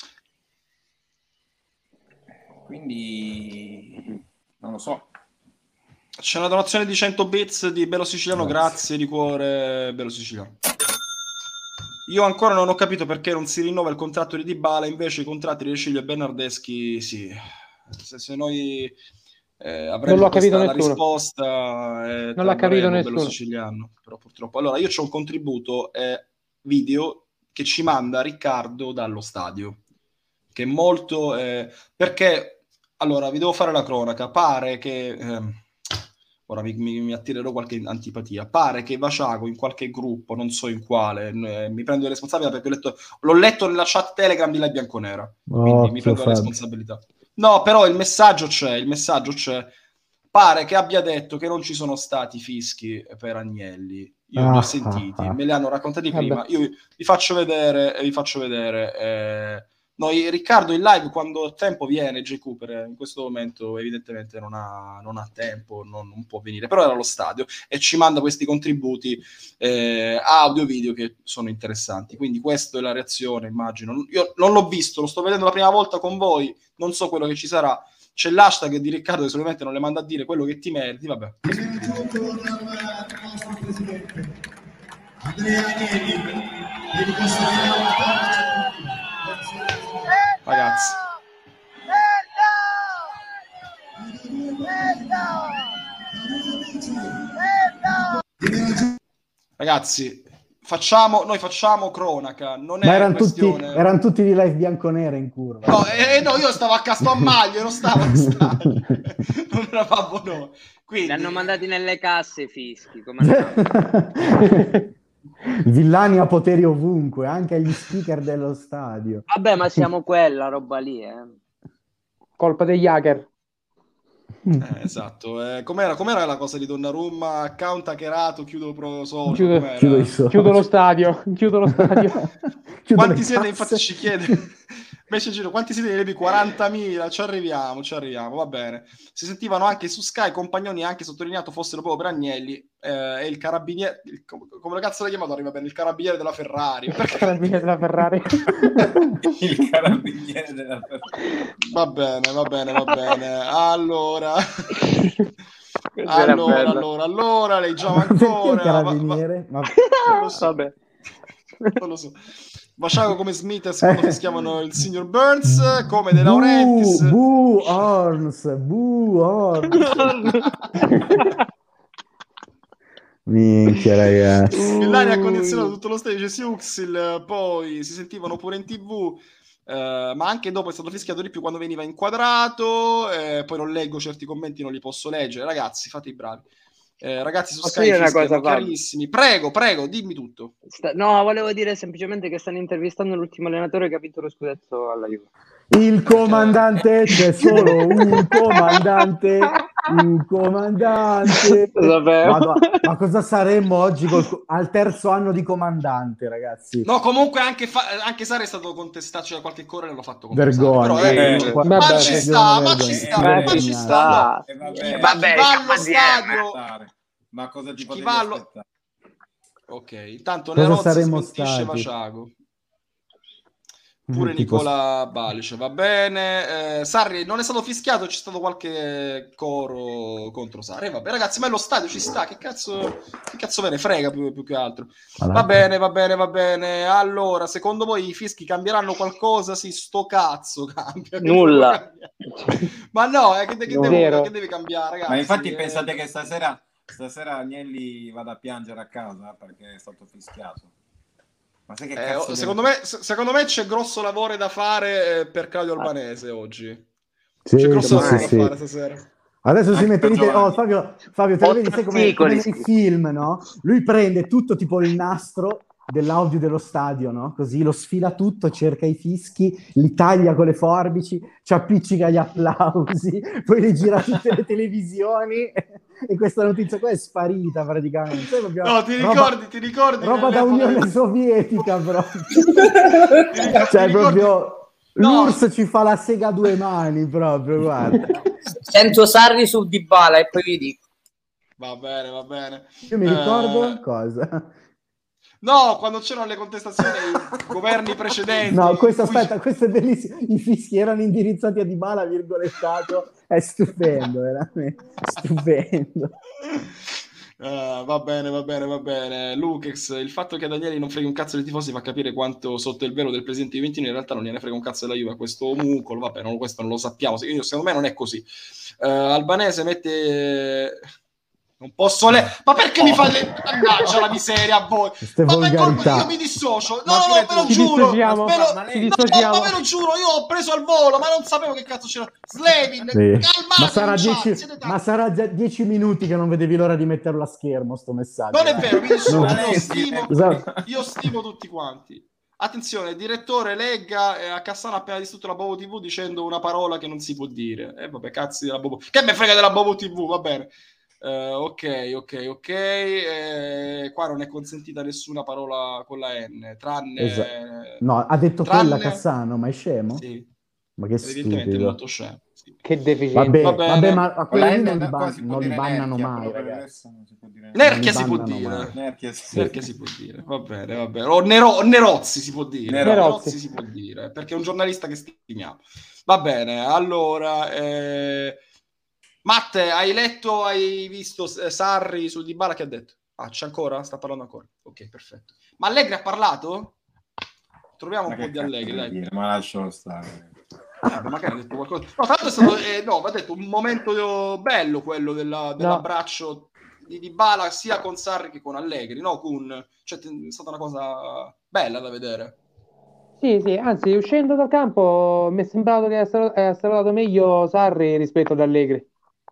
Quindi non lo so. C'è una donazione di 100 bits di Bello Siciliano, grazie di cuore Bello Siciliano. Io ancora non ho capito perché non si rinnova il contratto di Dybala, invece i contratti di Ciglio e Bernardeschi sì. Se noi avremmo questa la risposta, non l'ha capito Bello nessuno. Siciliano, però purtroppo. Allora, io c'ho un contributo video che ci manda Riccardo dallo stadio, che è molto... perché, allora, vi devo fare la cronaca, pare che... ora mi attirerò qualche antipatia. Pare che Vaciago in qualche gruppo, non so in quale, mi prendo le responsabilità perché l'ho letto nella chat Telegram di Live Bianconera, quindi mi prendo la responsabilità. No, però il messaggio c'è. Pare che abbia detto che non ci sono stati fischi per Agnelli. Io li ho sentiti, me li hanno raccontati prima. Io vi faccio vedere. Noi, Riccardo in live quando tempo viene, J. Cooper in questo momento evidentemente non ha tempo, non può venire, però era allo stadio e ci manda questi contributi audio video che sono interessanti, quindi questa è la reazione, immagino. Io non l'ho visto, lo sto vedendo la prima volta con voi, non so quello che ci sarà. C'è l'hashtag di Riccardo che solamente non le manda a dire quello che ti meriti, vabbè. Andrea Agnelli, ragazzi, ragazzi, noi facciamo cronaca, non è questione... erano tutti di Live Bianconera in curva. No, io stavo a Castelmaglio, non stavo a stadio. Non eravamo noi. Quindi... Li hanno mandati nelle casse fischi, come Villani ha poteri ovunque, anche agli speaker dello stadio. Vabbè, ma siamo quella roba lì, Colpa degli hacker. Esatto. Com'era la cosa di Donnarumma? Account hackerato, chiudo pro social. Chiudo lo stadio. Quanti siete? Infatti ci chiede. Invece Giro, quanti siete nel 40.000? Ci arriviamo, va bene. Si sentivano anche su Sky compagnoni, anche sottolineato fossero proprio per Agnelli e il carabiniere, come cazzo l'hai chiamato? Arriva bene, il carabiniere della Ferrari. Il carabiniere della Ferrari. Il carabiniere della Ferrari. Va bene. Allora, leggiamo ancora. Il carabiniere? Vabbè. Non lo so. Vaciago come Smith quando fischiavano il signor Burns, come De Laurentiis. Boo Horns. Minchia, ragazzi. Villani ha condizionato tutto lo stage Siuxil, poi si sentivano pure in TV. ma anche dopo è stato fischiato di più quando veniva inquadrato, poi non leggo certi commenti, non li posso leggere. Ragazzi, fate i bravi. Ragazzi, su Posso Sky dire una fischiano cosa, Fabio? chiarissimi. Prego, dimmi tutto. No, volevo dire semplicemente che stanno intervistando l'ultimo allenatore che ha vinto lo scudetto alla Juve. Il comandante, c'è solo un comandante, Lo sapevo. Ma cosa saremmo oggi al terzo anno di comandante, ragazzi? No, comunque anche Sari è stato contestato, cioè qualche correre l'ho fatto contestare. Vergogna. Però, ma ci sta, ma ci sta. Vabbè, Chi va allo stadio... Ma cosa ti Chi potevi va allo... aspettare? Ok, intanto Cosa Nerozzi saremmo smentisce stati? Vaciago. Pure Tipo- Nicola Balice, va bene. Sarri non è stato fischiato, c'è stato qualche coro contro Sarri. Vabbè, ragazzi, ma è lo stadio, ci sta. Che cazzo ve ne frega più che altro. Va bene. Allora, secondo voi i fischi cambieranno qualcosa? Sì, sto cazzo cambia. Nulla. Ma no, che Zero. deve cambiare, ragazzi? Ma infatti pensate che stasera Agnelli vada a piangere a casa perché è stato fischiato? Ma sai che cazzo secondo me c'è grosso lavoro da fare per Claudio Albanese oggi. Sì, C'è grosso lavoro da sì. fare stasera. Adesso si Anche mette per lì. Oh, Giovanni. Fabio, te lo vedi, sai come nei film, no? Lui prende tutto tipo il nastro dell'audio dello stadio, no? Così lo sfila tutto, cerca i fischi, li taglia con le forbici, ci appiccica gli applausi, poi li gira a tutte le televisioni e questa notizia qua è sparita praticamente. Sai, proprio No, ti ricordi roba da nell'epoca Unione del- Sovietica proprio. Ti ricordi- Proprio No. l'URSS ci fa la sega a due mani proprio, guarda. Sento Sarri su Dybala e poi vi dico. Va bene. Io mi ricordo cosa. No, quando c'erano le contestazioni ai governi precedenti. No, questo in cui- aspetta, questo è bellissimo. I fischi erano indirizzati a Dybala, virgolettato. È stupendo, veramente. Stupendo. Va bene. Lukex, il fatto che a Danieli non freghi un cazzo dei tifosi fa capire quanto sotto il velo del presidente Juventino in realtà non gliene frega un cazzo della Juve, questo mucolo, vabbè, questo non lo sappiamo, secondo me non è così. Albanese mette... Non posso ma perché mi fate mannaggia la miseria a voi? Queste Ma per colpa volgarità. io mi dissocio. Ma No, ve lo Ci giuro. dissociamo. Ve lo- Ci No, dissociamo. ma ve lo giuro, io ho preso al volo, ma non sapevo che cazzo c'era. Slevin, Sì. calmatevi, Ma sarà già 10 minuti che non vedevi l'ora di metterlo a schermo sto messaggio. Non è vero, mi dissocio, No. io stimo tutti quanti. Attenzione, direttore, legga, a Cassano ha appena distrutto la Bobo TV dicendo una parola che non si può dire. Vabbè, cazzi della Bobo. Che me frega della Bobo TV, va bene. Ok. Qua non è consentita nessuna parola con la N, tranne... Esatto. No, ha detto tranne- quella Cassano, ma è scemo? Sì, Ma che evidentemente è stupido. molto scemo. Sì. Che deficiente. Vabbè, ma a Con la quelli N non li, qua si può non li dire bannano Nerchia, mai, però per il ragazzi. resto non si può dire Nerchia Non si li può bannano dire. mai. Nerchia, sì. Nerchia si può dire, va bene. O Nerozzi si può dire. Nerozzi si può dire, perché è un giornalista che stimiamo. Va bene, allora... Matte, hai visto Sarri su Dybala che ha detto? Ah, c'è ancora? Sta parlando ancora. Ok, perfetto. Ma Allegri ha parlato? Troviamo un po' di Allegri, dai. Ma lascialo stare. Magari ha detto qualcosa. No, tanto è stato, va detto un momento bello quello dell'abbraccio di Dybala sia con Sarri che con Allegri, no? Cioè, è stata una cosa bella da vedere. Sì, anzi, uscendo dal campo mi è sembrato che ha salutato meglio Sarri rispetto ad Allegri.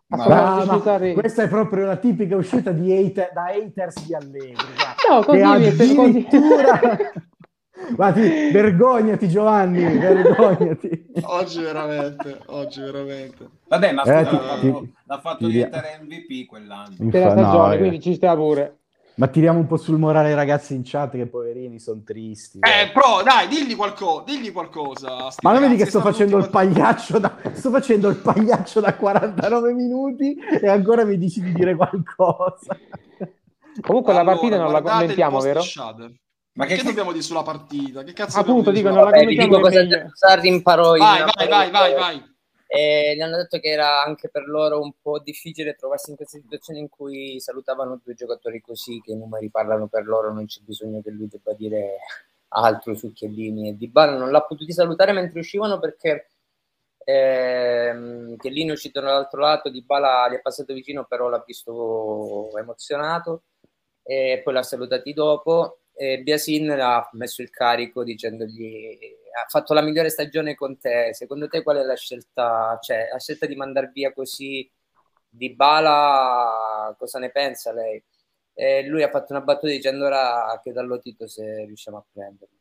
Questa è proprio la tipica uscita da haters di Allegri. No, così addirittura... vergognati Giovanni, vergognati. Oggi veramente. Vabbè, ma scusa, l'ha fatto diventare MVP quell'anno. Della stagione, quindi ci sta pure. Ma tiriamo un po' sul morale ai ragazzi in chat che poverini sono tristi. Però dai, digli qualcosa. Ma non vedi che sto facendo il pagliaccio da 49 minuti e ancora mi dici di dire qualcosa. Comunque la partita non la commentiamo, vero? Ma che dobbiamo dire sulla partita? Che cazzo appunto dico, non la vi commentiamo. dico cosa Sarri imparò. Vai. Gli hanno detto che era anche per loro un po' difficile trovarsi in queste situazioni in cui salutavano due giocatori così, che i numeri parlano per loro, non c'è bisogno che lui debba dire altro su Chiellini e Dybala. Non l'ha potuti salutare mentre uscivano perché Chiellini è uscito dall'altro lato, Dybala gli è passato vicino, però l'ha visto emozionato e poi l'ha salutati dopo. Biasin ha messo il carico dicendogli ha fatto la migliore stagione con te. Secondo te qual è la scelta? Cioè, la scelta di mandar via così Dybala, cosa ne pensa lei? Lui ha fatto una battuta dicendo ora che dallo Tito se riusciamo a prenderlo.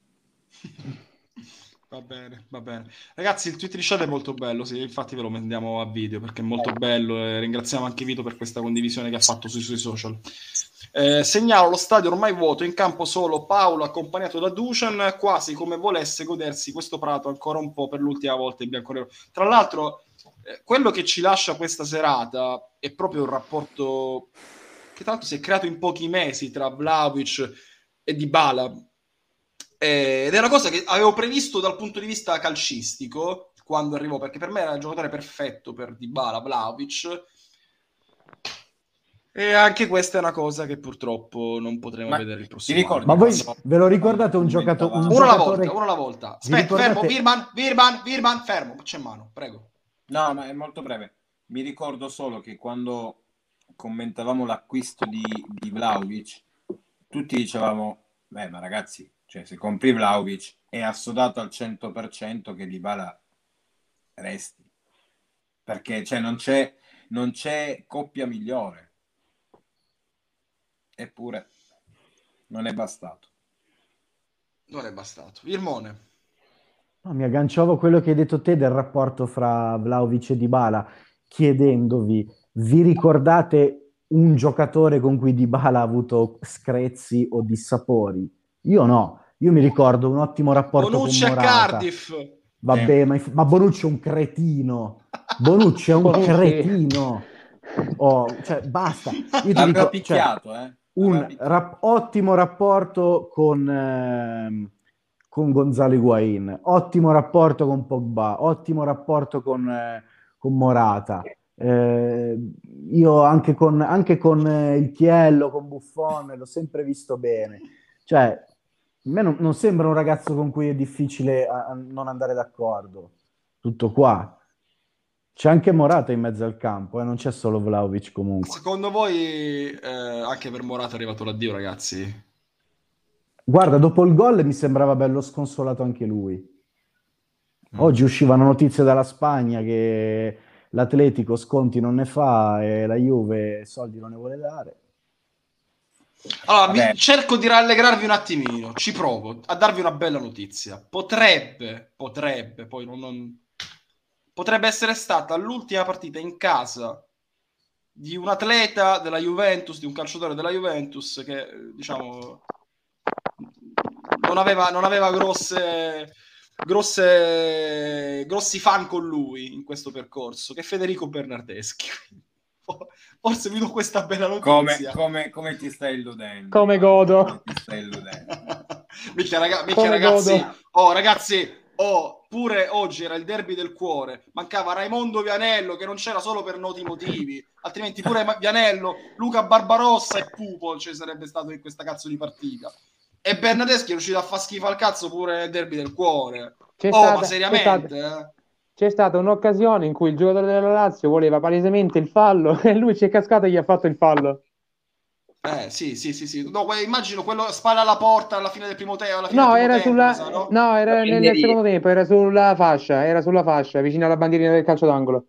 Va bene, va bene. Ragazzi, il tweet di Shad è molto bello, sì, infatti ve lo mandiamo a video perché è molto bello e ringraziamo anche Vito per questa condivisione che ha fatto sui suoi social. Segnalo lo stadio ormai vuoto, in campo solo Paolo accompagnato da Dusan, quasi come volesse godersi questo prato ancora un po' per l'ultima volta in bianconero. Tra l'altro, quello che ci lascia questa serata è proprio un rapporto che tra l'altro si è creato in pochi mesi tra Vlahovic e Dybala. Ed è una cosa che avevo previsto dal punto di vista calcistico quando arrivò, perché per me era il giocatore perfetto per Dybala, Vlahovic, e anche questa è una cosa che purtroppo non potremo vedere il prossimo anno. Ma voi ve lo ricordate un giocatore? Uno alla volta. Aspetta, fermo, Virman, fermo, c'è mano, prego. No, ma è molto breve. Mi ricordo solo che quando commentavamo l'acquisto di Vlahovic, tutti dicevamo, ma ragazzi, cioè, se compri Vlahovic è assodato al 100% che Dybala resti, perché cioè, non c'è coppia migliore, eppure non è bastato. Irmone. No, mi agganciavo a quello che hai detto te del rapporto fra Vlahovic e Dybala, chiedendovi, vi ricordate un giocatore con cui Dybala ha avuto screzi o dissapori? Io no. Io mi ricordo un ottimo rapporto Bonucci con Morata. a Cardiff. Vabbè, ma Bonucci è un cretino. Bonucci è un cretino. Cioè, basta. Io ti dico, picchiato, ottimo rapporto con Gonzalo Higuain, ottimo rapporto con Pogba, ottimo rapporto con Morata. Io anche con il Chiello, con Buffon, l'ho sempre visto bene. Cioè, a me non sembra un ragazzo con cui è difficile non andare d'accordo. Tutto qua. C'è anche Morata in mezzo al campo, non c'è solo Vlahovic comunque. Secondo voi anche per Morata è arrivato l'addio, ragazzi? Guarda, dopo il gol mi sembrava bello sconsolato anche lui. Oggi uscivano notizie dalla Spagna che l'Atletico sconti non ne fa e la Juve soldi non ne vuole dare. Allora, cerco di rallegrarvi un attimino, ci provo a darvi una bella notizia. Potrebbe, poi potrebbe essere stata l'ultima partita in casa di un atleta della Juventus, di un calciatore della Juventus che, diciamo, non aveva grossi fan con lui in questo percorso, che è Federico Bernardeschi. Forse vi do questa bella notizia. Come ti stai illudendo? Come godo. Ti stai illudendo. Mica ragazzi. Ragazzi, pure oggi era il derby del cuore. Mancava Raimondo Vianello, che non c'era solo per noti motivi. Altrimenti pure Vianello, Luca Barbarossa e Pupol ci sarebbe stato in questa cazzo di partita. E Bernardeschi è riuscito a far schifo al cazzo pure nel derby del cuore. Ma seriamente, C'è stata un'occasione in cui il giocatore della Lazio voleva palesemente il fallo e lui ci è cascato e gli ha fatto il fallo. Sì. No, immagino quello spalla alla porta alla fine del primo tempo. Era nel secondo tempo, era sulla fascia, vicino alla bandierina del calcio d'angolo.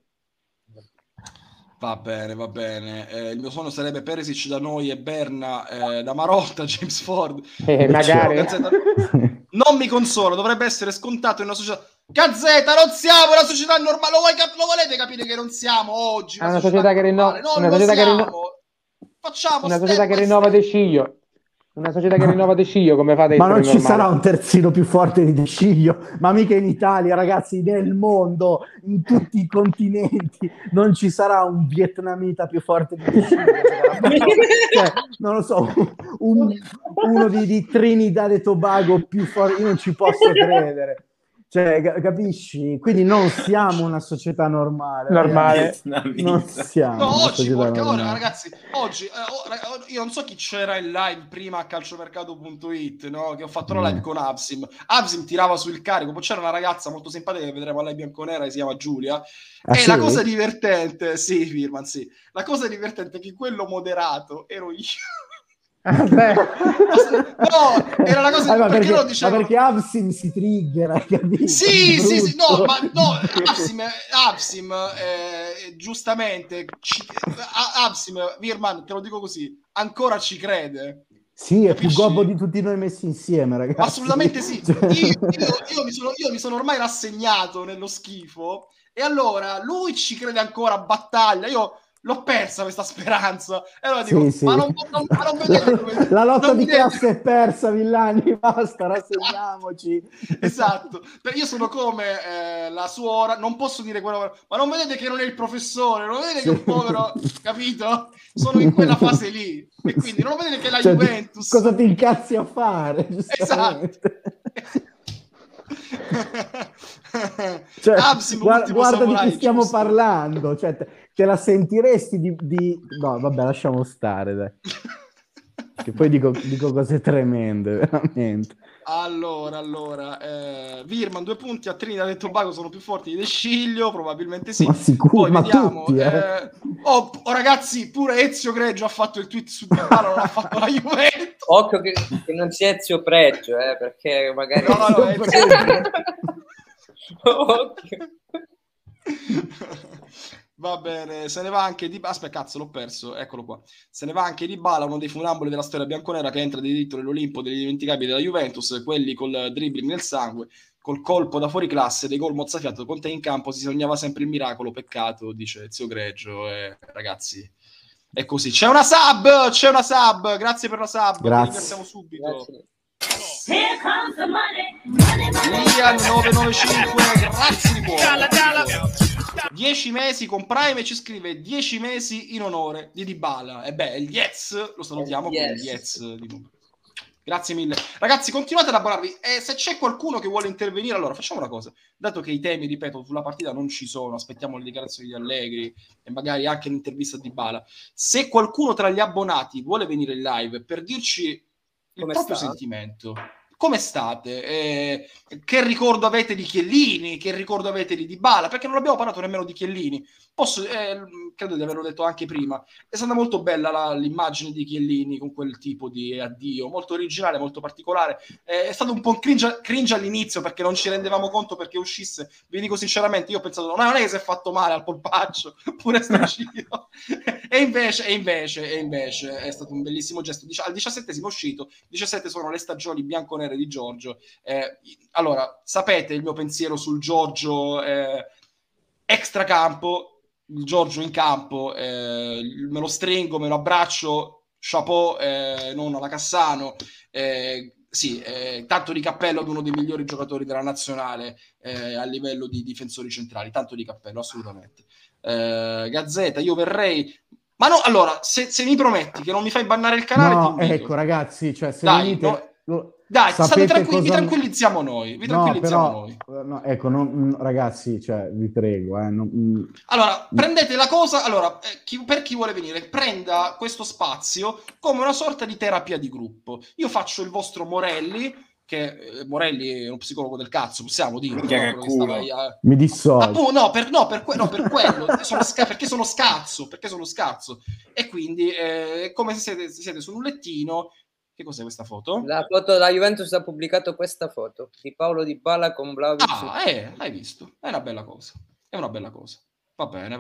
Va bene. Il mio sogno sarebbe Perisic da noi e Berna da Marotta, James Ford. Magari. Non mi consola, dovrebbe essere scontato in una società. Gazzetta, non siamo una società normale. Lo volete capire che non siamo oggi una società che rinnova De Sciglio. Una società che rinnova De Sciglio, come fate? Ma non ci sarà un terzino più forte di De Sciglio, ma mica in Italia, ragazzi, nel mondo, in tutti i continenti, non ci sarà un vietnamita più forte di De Sciglio. Cioè, non lo so, uno di Trinidad e Tobago più forte, io non ci posso credere. Cioè, capisci? Quindi non siamo una società normale. Non siamo una società normale. Ragazzi, oggi io non so chi c'era in live prima a calciomercato.it, no? Che ho fatto la live con Absim. Absim tirava sul carico, poi c'era una ragazza molto simpatica che vedremo alla bianconera, che si chiama Giulia. Sì? La cosa divertente, sì, Firman, sì. La cosa divertente è che quello moderato ero io. No, era la cosa ma perché lo dicevo. perché Absim si triggera, capito? Sì, no, ma no, Absim giustamente Absim, Virman, te lo dico così, ancora ci crede. Sì, è Capisci? più gobbo di tutti noi messi insieme, ragazzi. Assolutamente sì. Cioè... Io mi sono ormai rassegnato nello schifo e allora lui ci crede ancora a battaglia. Io l'ho persa questa speranza. E allora dico, sì. ma non vedete come... La lotta non di vedete... classe è persa, Villani, basta, rassegniamoci. Esatto. Io sono come la suora, non posso dire quello, ma non vedete che non è il professore, non vedete che è un povero, capito? Sono in quella fase lì. E quindi non vedete che la Juventus... Cosa ti incazzi a fare? Esatto. Cioè, Absim, guarda di chi stiamo parlando, cioè, te la sentiresti no, vabbè, lasciamo stare, dai. Che poi dico cose tremende, veramente. Allora, Virman 2 punti, a Trinidad e Tobago sono più forti di De Sciglio, probabilmente sì. Ma sicuro, poi ma vediamo. tutti, Oh, ragazzi, pure Ezio Greggio ha fatto il tweet su Dybala, non ha fatto la Juventus. Occhio che non sia Ezio Preggio, perché magari... No, Ezio... Occhio. Va bene, se ne va anche Dybala. Aspetta, cazzo, l'ho perso, eccolo qua. Se ne va anche Dybala, uno dei funamboli della storia bianconera che entra di diritto nell'Olimpo degli indimenticabili della Juventus, quelli col dribbling nel sangue, col colpo da fuori classe, dei gol mozzafiato con te in campo, si sognava sempre il miracolo, peccato, dice Ezio Greggio, ragazzi, è così. C'è una sub, grazie per la sub, grazie. ti ringraziamo subito. Grazie. Here comes the money. Lian 995, grazie di cuore. 10 mesi con Prime e ci scrive 10 mesi in onore di Dybala. E beh, il Yes, lo salutiamo con il Yes di nuovo. Grazie mille. Ragazzi, continuate ad abbonarvi. E se c'è qualcuno che vuole intervenire, allora facciamo una cosa. Dato che i temi, ripeto, sulla partita non ci sono, aspettiamo le dichiarazioni di Allegri e magari anche l'intervista a Dybala. Se qualcuno tra gli abbonati vuole venire in live per dirci il proprio sentimento, come state? Che ricordo avete di Chiellini? Che ricordo avete di Dybala? Perché non abbiamo parlato nemmeno di Chiellini. Credo di averlo detto anche prima. È stata molto bella l'immagine di Chiellini con quel tipo di addio, molto originale, molto particolare. È stato un po' cringe all'inizio perché non ci rendevamo conto perché uscisse. Vi dico sinceramente, io ho pensato, no, non è che si è fatto male al polpaccio, pure sto giro. E invece è stato un bellissimo gesto. Al 17esimo uscito, 17 sono le stagioni bianconere di Giorgio. Allora, sapete il mio pensiero sul Giorgio extracampo, il Giorgio in campo, me lo stringo, me lo abbraccio, chapeau, non alla Cassano, sì, tanto di cappello ad uno dei migliori giocatori della nazionale a livello di difensori centrali, tanto di cappello, assolutamente. Gazzetta, io verrei... Ma no, allora, se mi prometti che non mi fai bannare il canale, no, ti invito. ecco ragazzi, cioè se dai, venite... Dai, vi tranquillizziamo noi. No, ecco, ragazzi, cioè, vi prego. Allora, prendete la cosa. Allora, per chi vuole venire, prenda questo spazio come una sorta di terapia di gruppo. Io faccio il vostro Morelli, che Morelli è uno psicologo del cazzo, possiamo dire. Mi dissocio. Per quello. Perché sono scazzo. E quindi, come se siete su un lettino. Che cos'è questa foto? La foto, la Juventus ha pubblicato questa foto di Paulo Dybala con Vlahovic. Hai visto? È una bella cosa. Va bene.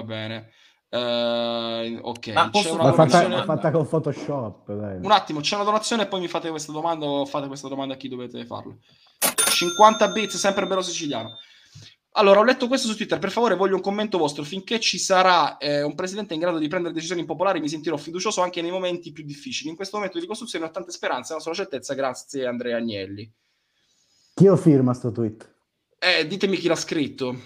Ok. C'è una donazione... fatta con Photoshop. Dai. Un attimo, c'è una donazione e poi mi fate questa domanda o fate questa domanda a chi dovete farla. 50 bits, sempre bello siciliano. Allora, ho letto questo su Twitter, per favore voglio un commento vostro, finché ci sarà un presidente in grado di prendere decisioni impopolari mi sentirò fiducioso anche nei momenti più difficili. In questo momento di ricostruzione ho tante speranze, non sono certezza, grazie Andrea Agnelli. Chi lo firma sto tweet? Ditemi chi l'ha scritto.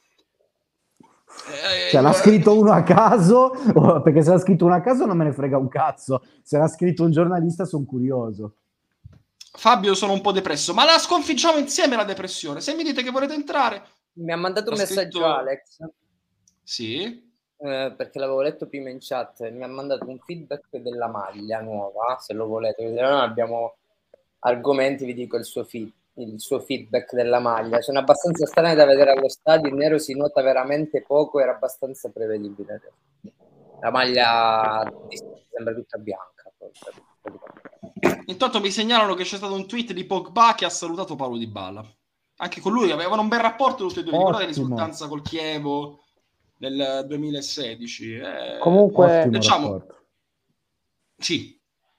Cioè l'ha scritto uno a caso, perché se l'ha scritto uno a caso non me ne frega un cazzo, se l'ha scritto un giornalista sono curioso. Fabio, sono un po' depresso, ma la sconfiggiamo insieme la depressione, se mi dite che volete entrare. Mi ha mandato un messaggio Alex. Sì? Perché l'avevo letto prima in chat. Mi ha mandato un feedback della maglia nuova, se lo volete. Se non abbiamo argomenti, vi dico il suo feedback della maglia. Sono abbastanza strane da vedere allo stadio, il nero si nota veramente poco, era abbastanza prevedibile. La maglia sembra tutta bianca. Intanto mi segnalano che c'è stato un tweet di Pogba che ha salutato Paulo Dybala. Anche con lui avevano un bel rapporto tutti e due. Ricordate Ottimo. l'esultanza col Chievo nel 2016? Comunque, Ottimo Diciamo, rapporto. sì.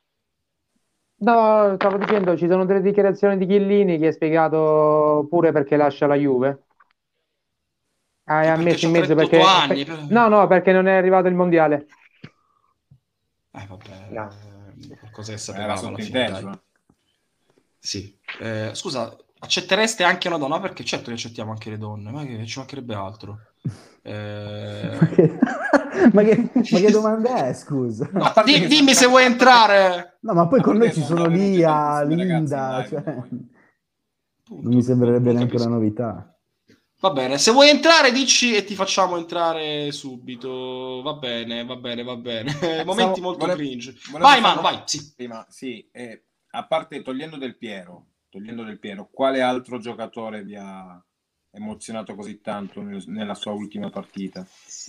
no, stavo dicendo, ci sono delle dichiarazioni di Chiellini che ha spiegato pure perché lascia la Juve. Ha Perché messo in c'ha mezzo 38 anni. No, perché non è arrivato il mondiale. Vabbè, No. qualcosa che Era sapevamo alla fine, sottinteso. dai. Sì. Scusa, accettereste anche una donna? Perché certo che accettiamo anche le donne, ma che ci mancherebbe altro. Ma che domanda è, scusa? No, dimmi se vuoi entrare. No, ma poi con noi ci sono venuti Lia, tantissimi ragazzi in Linda, live cioè, con noi. non mi sembrerebbe Non neanche una capisco. novità. Va bene, se vuoi entrare dici e ti facciamo entrare subito. Va bene. Momenti molto cringe. Vai, Mano, vai. Sì. Prima, sì, a parte togliendo Del Piero, quale altro giocatore vi ha emozionato così tanto nella sua ultima partita?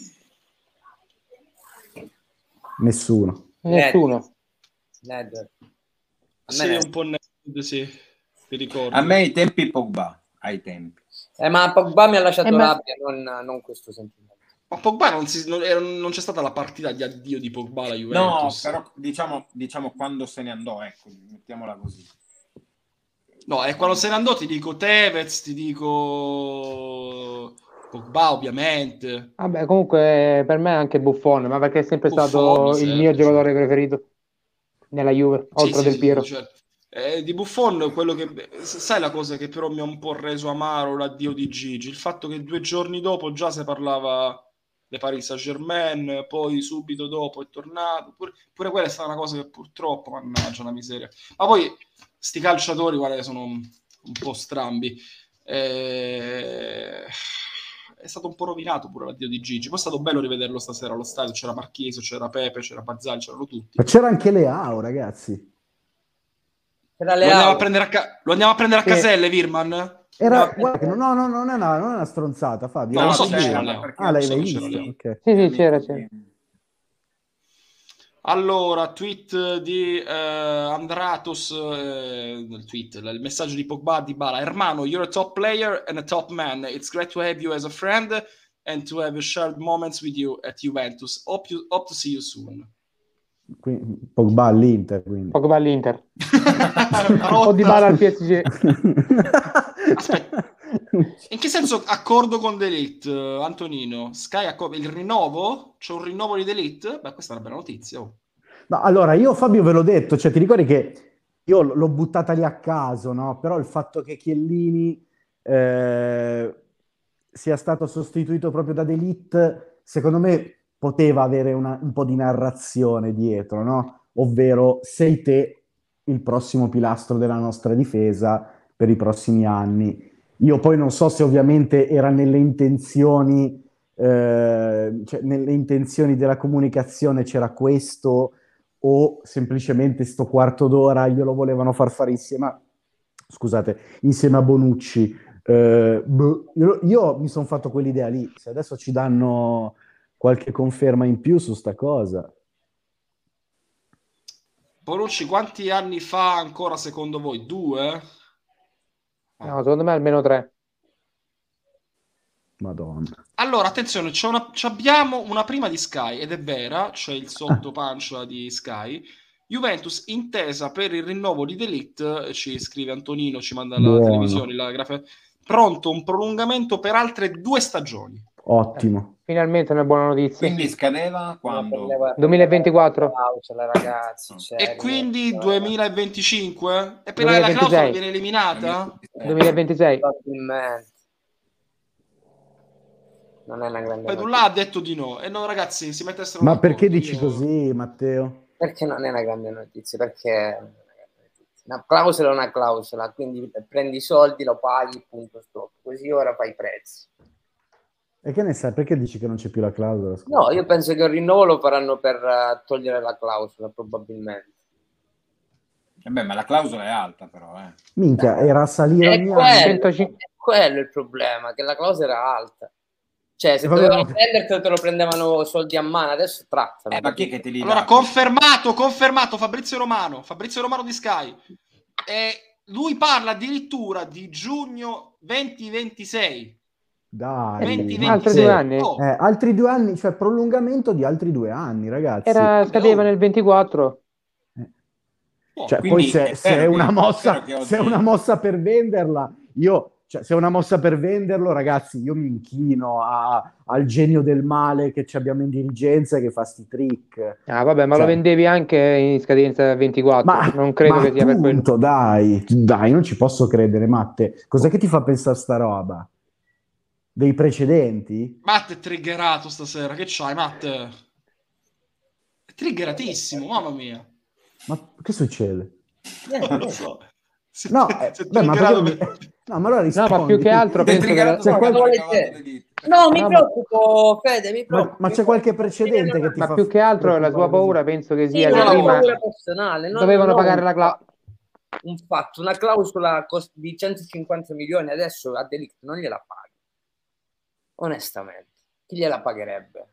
Nessuno. Nessuno. Nedved. Sei un po' nerd, sì. Ti ricordo. A me ai tempi Pogba, ai tempi. Ma Pogba mi ha lasciato ma- rabbia, non questo sentimento. Ma Pogba non c'è stata la partita di addio di Pogba alla No, Juventus. però diciamo quando se ne andò, ecco, mettiamola così. No, e quando se ne andò ti dico Tevez, ti dico Pogba ovviamente. Vabbè, comunque per me è anche Buffon, ma perché è sempre stato Buffon, il certo, mio giocatore certo. preferito nella Juve, oltre Del Piero. Certo. Di Buffon, quello che sai la cosa che però mi ha un po' reso amaro l'addio di Gigi, il fatto che 2 giorni dopo già si parlava di Paris Saint-Germain, poi subito dopo è tornato, pure quella è stata una cosa che purtroppo, mannaggia una miseria, ma poi sti calciatori guarda sono un po' strambi. È stato un po' rovinato pure l'addio di Gigi, poi è stato bello rivederlo stasera allo stadio, c'era Marchisio, c'era Pepe, c'era Bazzali, c'erano tutti. Ma c'era anche Leao, ragazzi. Era Lo andiamo a Leao. prendere a Sì. Caselle, Virman? Era, No, guarda che non è una stronzata, Fabio. No, era lo so che sicuro. c'era Leao. Ah, l'hai So che visto? c'era Leao. Ok. Sì, c'era. Allora, tweet di Andratos, nel tweet, il messaggio di Pogba di Bala. Hermano, you're a top player and a top man. It's great to have you as a friend and to have shared moments with you at Juventus. Hope to see you soon. Quindi, Pogba all'Inter, quindi. Pogba all'Inter. O Dybala al PSG. Aspetta, in che senso accordo con The Elite, Antonino? Sky il rinnovo? C'è un rinnovo di The Elite? Beh, questa è una bella notizia. Oh. No, allora, io Fabio ve l'ho detto, cioè ti ricordi che io l'ho buttata lì a caso, no? Però il fatto che Chiellini sia stato sostituito proprio da The Elite, secondo me poteva avere un po' di narrazione dietro, no? Ovvero, sei te il prossimo pilastro della nostra difesa per i prossimi anni. Io poi non so se ovviamente era nelle intenzioni, cioè nelle intenzioni della comunicazione c'era questo, o semplicemente sto quarto d'ora glielo volevano far fare insieme a Bonucci. Io mi sono fatto quell'idea lì, se adesso ci danno qualche conferma in più su sta cosa. Bonucci, quanti anni fa ancora secondo voi? 2? No, secondo me almeno 3. Madonna. Allora, attenzione, abbiamo una prima di Sky, ed è vera, c'è il sottopancia di Sky. Juventus intesa per il rinnovo di The Elite, ci scrive Antonino, ci manda la Buono. televisione, pronto un prolungamento per altre 2 stagioni. Ottimo. Finalmente una buona notizia. Quindi scadeva quando? 2024. Ragazzi, E quindi 2025? E per 2026. la clausola viene eliminata? 2026. Probabilmente. Non è una grande Poi tu notizia. là ha detto di no. E no, ragazzi, si mettessero Ma d'accordo. perché dici Io- così, Matteo? Perché non è una grande notizia? Perché una clausola è una clausola, quindi prendi i soldi, lo paghi, punto, stop. Così ora fai i prezzi. E che ne sai? Perché dici che non c'è più la clausola? Scusa. No, io penso che il rinnovo lo faranno per togliere la clausola, probabilmente. Beh, ma la clausola è alta però, Minchia, era a salire È ogni quello, anno. 105. è quello il problema, che la clausola era alta. Cioè, se vabbè, dovevano ma- prendertelo, te lo prendevano soldi a mano, adesso trattano. Ma chi è che te li Allora, dà? confermato Fabrizio Romano di Sky. E lui parla addirittura di giugno 2026. Dai. 2026. Altri 2 anni? Oh, Altri 2 anni, cioè prolungamento di altri 2 anni, ragazzi. Scadeva oh. nel 24. Cioè, Oh, poi quindi è se è vero una che- mossa, è vero che oggi- se è una mossa per venderla, cioè, se è una mossa per venderlo, ragazzi, io mi inchino al genio del male che ci abbiamo in dirigenza e che fa sti trick. Ah, vabbè, ma Cioè, lo vendevi anche in scadenza 24. Non credo che sia per quello. appunto, dai, non ci posso credere, Matte. Cos'è che ti fa pensare sta roba? Dei precedenti? Matt è triggerato stasera. Che c'hai, Matt? È triggeratissimo, mamma mia. Ma che succede? Non lo so. Si No, si è beh, ma triggerato perché no, ma allora No, rispondi. ma più che altro Sei penso che trigerato C'è da quel- quando vuole hai cavato te. le dita. No, mi No, preoccupo, Fede, mi preoccupo. ma c'è qualche precedente che ti ma fa più che altro la sua preoccupare così? paura penso che Sì, sia che una prima paura personale. dovevano non pagare la un fatto, una clausola di 150 milioni adesso a Delict non gliela paghi. Onestamente, chi gliela pagherebbe?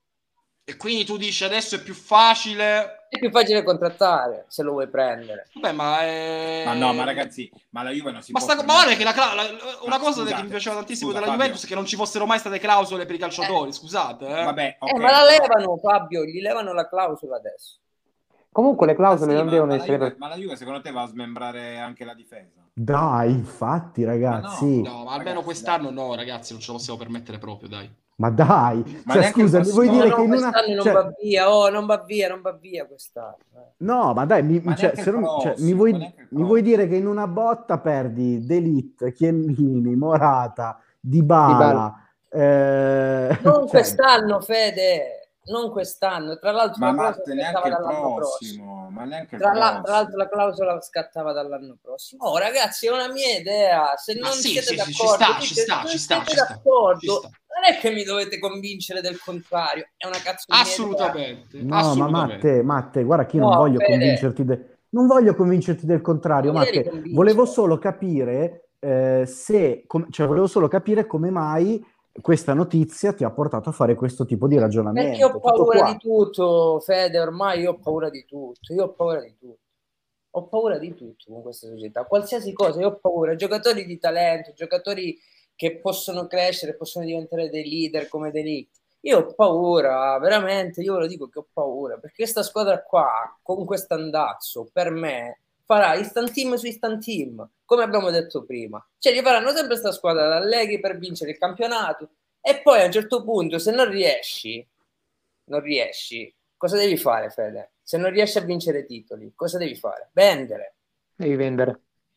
E quindi tu dici adesso è più facile. È più facile contrattare se lo vuoi prendere. Beh, ma è... Ma no, ma ragazzi, ma la Juve non si Ma può ma guarda che permettere. una cosa Scusate, che mi piaceva tantissimo scusa, della Fabio. Juventus è che non ci fossero mai state clausole per i calciatori, scusate. Vabbè, ok, Ma la però- levano, Fabio, gli levano la clausola adesso. comunque le Ma clausole sì, non ma- devono ma la essere Juve, per... ma la Juve secondo te va a smembrare anche la difesa? Dai, infatti, ragazzi. No, ma almeno Ragazzi, quest'anno no, ragazzi, non ce lo possiamo permettere proprio, dai. Ma dai, Ma cioè, neanche il scusa, mi vuoi prossimo dire No, che in una... quest'anno non cioè, va via, non va via quest'anno. no, ma dai, Ma cioè, neanche se il non- cioè, prossimo, ma neanche il mi vuoi dire prossimo. che in una botta perdi D'Elite, Chiellini, Morata, Dybala. Dybala, Non cioè, quest'anno, Fede, non quest'anno. Tra l'altro Ma la clausola Matte, scattava neanche il dall'anno prossimo. prossimo, ma neanche il Tra l'altro prossimo. la clausola scattava dall'anno prossimo. Oh, ragazzi, è una mia idea. Se Ma non sì, siete sì, sì, ci d'accordo, sta, dite, ci sta, se ci non sta, siete ci sta, ci d'accordo, sta. non è che mi dovete convincere del contrario. È una cazzo di mia idea. Assolutamente, no, assolutamente. ma Matte, guarda che io non No, voglio Fede. convincerti non voglio convincerti del contrario, Non mi devi Matte, convincere. volevo solo capire cioè volevo solo capire come mai questa notizia ti ha portato a fare questo tipo di ragionamento. Perché ho Tutto paura qua. di tutto, Fede, ormai io ho paura di tutto, io ho paura di tutto. Ho paura di tutto con questa società, qualsiasi cosa, io ho paura. Giocatori di talento, giocatori che possono crescere, possono diventare dei leader come D'Elite. Io ho paura, veramente, io ve lo dico che ho paura, perché questa squadra qua, con questo andazzo, per me, farà instant team su instant team, come abbiamo detto prima. Cioè, gli faranno sempre questa squadra da Allegri per vincere il campionato, e poi a un certo punto, se non riesci, cosa devi fare, Fede? Se non riesci a vincere titoli, cosa devi fare? Vendere. Devi vendere.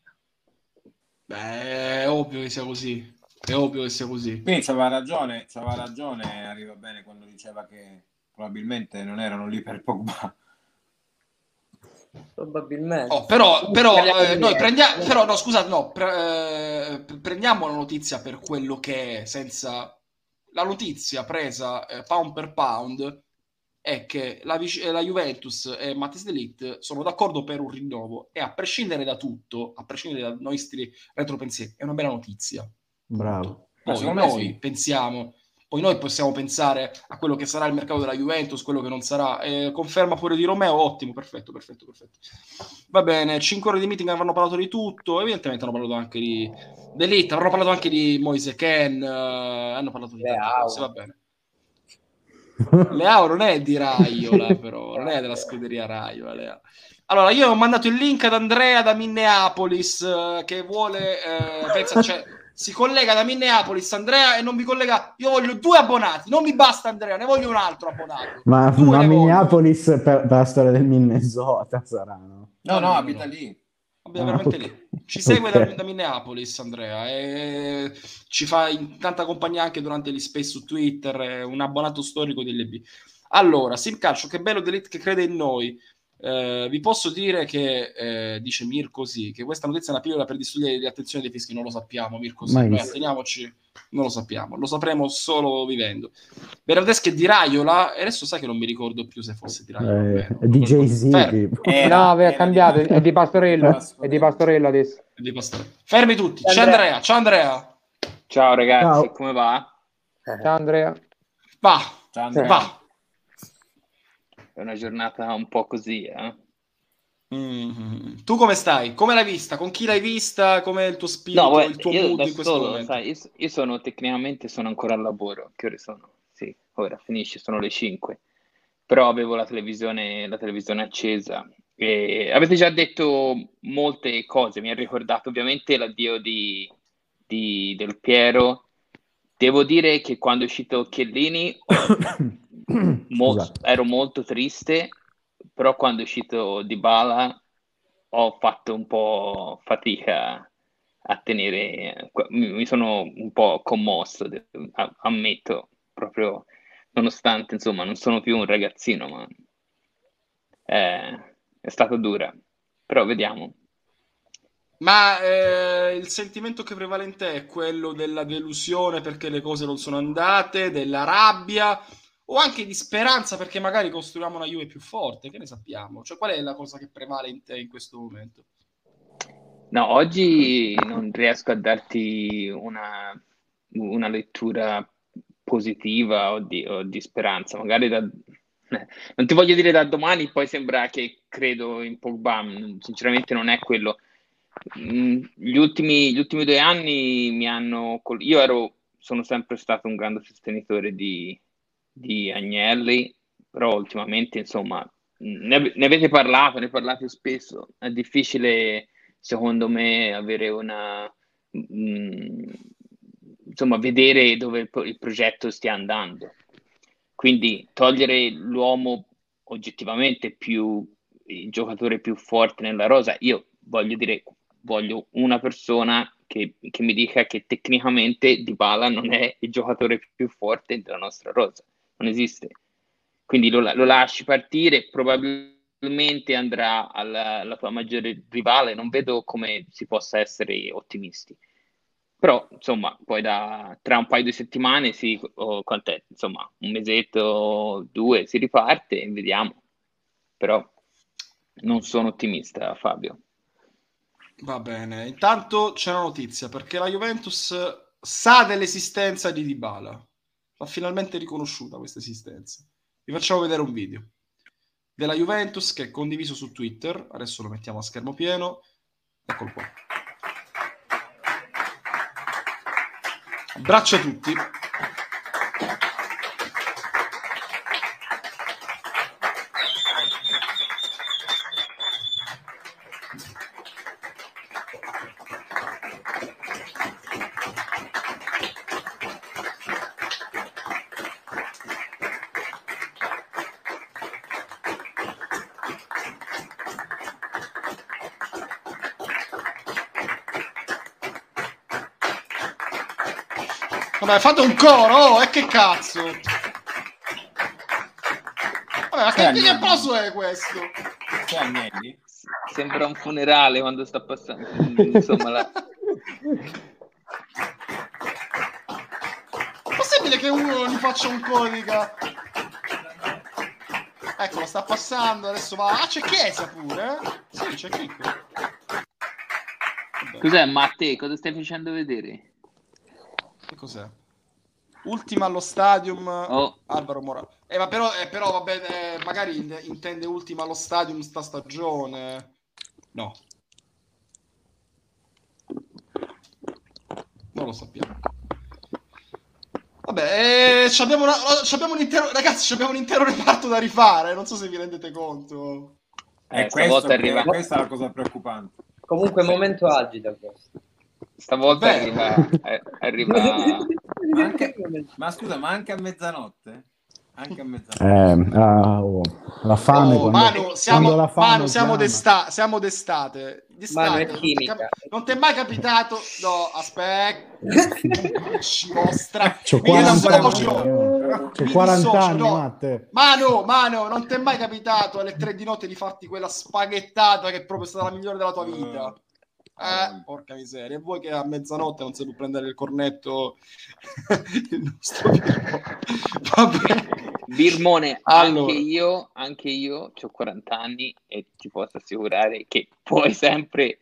Beh, è ovvio che sia così. È ovvio che sia così. Quindi c'aveva ragione, arriva bene quando diceva che probabilmente non erano lì per Pogba. Probabilmente. Oh, però noi prendiamo, però no, scusate, no, prendiamo la notizia per quello che è, senza la notizia presa pound per pound è che la Juventus e Matthijs de Ligt sono d'accordo per un rinnovo, e a prescindere da tutto, a prescindere dai nostri retropensieri, è una bella notizia. Bravo. Poi secondo me noi sì. pensiamo, poi noi possiamo pensare a quello che sarà il mercato della Juventus, quello che non sarà. Conferma pure di Romeo, ottimo, perfetto. Va bene, 5 ore di meeting avranno parlato di tutto, evidentemente hanno parlato anche di D'Elite, avranno parlato anche di Moise Ken, hanno parlato di tante cose, va bene. Leao non è di Raiola, però non è della scuderia Raiola, Leao. Allora, io ho mandato il link ad Andrea da Minneapolis, che vuole pensa, cioè, si collega da Minneapolis Andrea e non mi collega. Io voglio 2 abbonati, non mi basta Andrea, ne voglio un altro abbonato. Ma 2 ne Minneapolis per la storia del Minnesota sarà, no? No, abita lì. Abita veramente ok. lì. Ci segue Ok. da Minneapolis Andrea e ci fa in tanta compagnia anche durante gli space su Twitter, è un abbonato storico dell'EB. Allora, Sim Calcio, che bello D'Elite che crede in noi. Vi posso dire che dice Mirko sì, che questa notizia è una pillola per distogliere l'attenzione dei fischi. Non lo sappiamo, Mirko sì, Mai noi visto. atteniamoci, non lo sappiamo, lo sapremo solo vivendo. Bernardeschi è di Raiola, e adesso sai che non mi ricordo più se fosse di Raiola. DJ Z. Fermi. No, aveva cambiato, è di Pastorello. È di Pastorello adesso. Di Pastore. Fermi tutti, c'è Andrea, ciao Andrea. Ciao ragazzi, Ciao. come va? Ciao Andrea. Va, Ciao, Andrea. va. È una giornata un po' così, Tu come stai? Come l'hai vista? Con chi l'hai vista? Com'è il tuo spirito, No, guarda, il tuo io mood da in questo solo, momento? sai, io sono tecnicamente sono ancora al lavoro. Che ore sono? Sì, ora finisce, sono le 5. Però avevo la televisione accesa. E avete già detto molte cose, mi ha ricordato ovviamente l'addio del Piero. Devo dire che quando è uscito Chiellini Scusa. ero molto triste, però quando è uscito Dybala ho fatto un po' fatica a tenere, mi sono un po' commosso, ammetto, proprio nonostante insomma non sono più un ragazzino, ma è stata dura, però vediamo. Ma il sentimento che prevale in te è quello della delusione perché le cose non sono andate, della rabbia o anche di speranza perché magari costruiamo una Juve più forte? Che ne sappiamo? Cioè, qual è la cosa che prevale in te in questo momento? No, oggi non riesco a darti una lettura positiva o di speranza. Magari non ti voglio dire da domani, poi sembra che credo in Pogba. Sinceramente non è quello. Gli ultimi 2 anni mi hanno... sono sempre stato un grande sostenitore di Agnelli, però ultimamente, insomma, ne avete parlato, ne parlate spesso. È difficile, secondo me, avere insomma, vedere dove il progetto stia andando. Quindi togliere l'uomo oggettivamente il giocatore più forte nella rosa, io voglio una persona che mi dica che tecnicamente Dybala non è il giocatore più forte della nostra rosa, non esiste. Quindi lo lasci partire, probabilmente andrà alla tua maggiore rivale, non vedo come si possa essere ottimisti. Però, insomma, poi tra un paio di settimane, quant'è? Insomma, un mesetto, 2, si riparte e vediamo. Però non sono ottimista, Fabio. Va bene, intanto c'è una notizia perché la Juventus sa dell'esistenza di Dybala, l'ha finalmente riconosciuta questa esistenza. Vi facciamo vedere un video della Juventus che è condiviso su Twitter, adesso lo mettiamo a schermo pieno, eccolo qua. Abbraccio a tutti. Vabbè, fate un coro, e che cazzo? Vabbè, ma che applauso è questo? C'è Agnelli? Sembra un funerale quando sta passando. Insomma, Possibile che uno non gli faccia un coro di Ecco, sta passando, adesso va. Ah, c'è Chiesa pure, eh? Sì, c'è Chicco. Cos'è, Matteo? Cosa stai facendo vedere? Che cos'è? Ultima allo stadium, Oh. Alvaro Morata. Ma però vabbè, magari intende ultima allo stadium sta stagione. No. Non lo sappiamo. Vabbè, abbiamo un intero, ragazzi, abbiamo un intero reparto da rifare, non so se vi rendete conto. Questa è la cosa preoccupante. Comunque momento agita questo. Stavolta arriva... Ma scusa, ma anche a mezzanotte? Anche a mezzanotte. La fame. Manu, siamo d'estate. Manu è chimica. Non ti è mai capitato? No, aspetta. Mostra. C'ho 40 anni, no. Matte. Manu, non ti è mai capitato alle 3 di notte di farti quella spaghettata che è proprio stata la migliore della tua vita? Porca miseria. E voi che a mezzanotte non si può prendere il cornetto il nostro Vabbè. Birmone, Allora. anche io ho 40 anni e ti posso assicurare che puoi sempre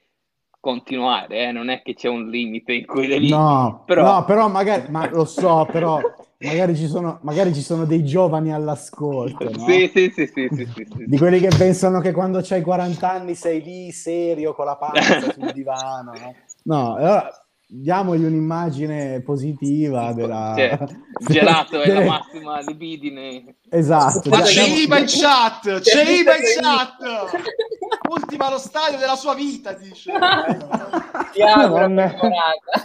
continuare, non è che c'è un limite in cui devi... No, però magari, ma lo so, però magari ci sono dei giovani all'ascolto, no? Sì. Di quelli che pensano che quando c'hai 40 anni sei lì serio con la panza sul divano, no? No, allora diamogli un'immagine positiva della... Cioè, gelato è la massima libidine. Esatto. Ma c'è Iba in chat! C'è Iba in chat! Ultima allo stadio della sua vita, dice. Ti auguro Non- temporata.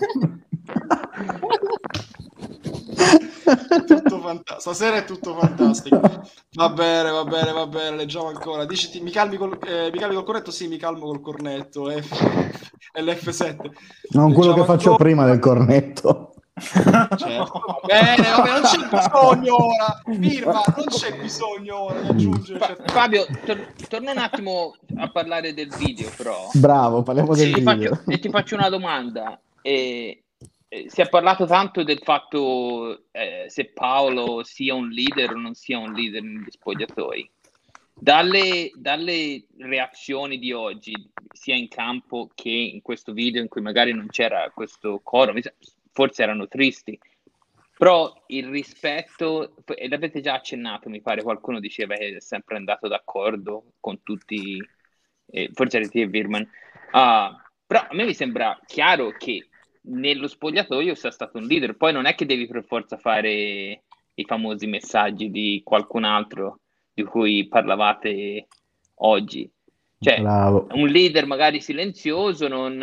Tutto fantastico. Stasera è tutto fantastico. Va bene, leggiamo ancora. Dici, mi calmi col cornetto? Sì, mi calmo col cornetto. È l'F7. Non quello che Leggiamo faccio ancora. prima del cornetto. Certo. Va bene, non c'è bisogno ora. Firma, non c'è bisogno ora di aggiungere. certe- Fabio, torna un attimo a parlare del video, però. Bravo, parliamo del video. Ti faccio una domanda. Si è parlato tanto del fatto se Paolo sia un leader o non sia un leader negli spogliatoi. Dalle reazioni di oggi, sia in campo che in questo video in cui magari non c'era questo coro, forse erano tristi, però il rispetto, e l'avete già accennato, mi pare qualcuno diceva che è sempre andato d'accordo con tutti, forse era te, Virman. Però a me mi sembra chiaro che nello spogliatoio sia stato un leader, poi non è che devi per forza fare i famosi messaggi di qualcun altro di cui parlavate oggi. Cioè, Bravo. un leader magari silenzioso, non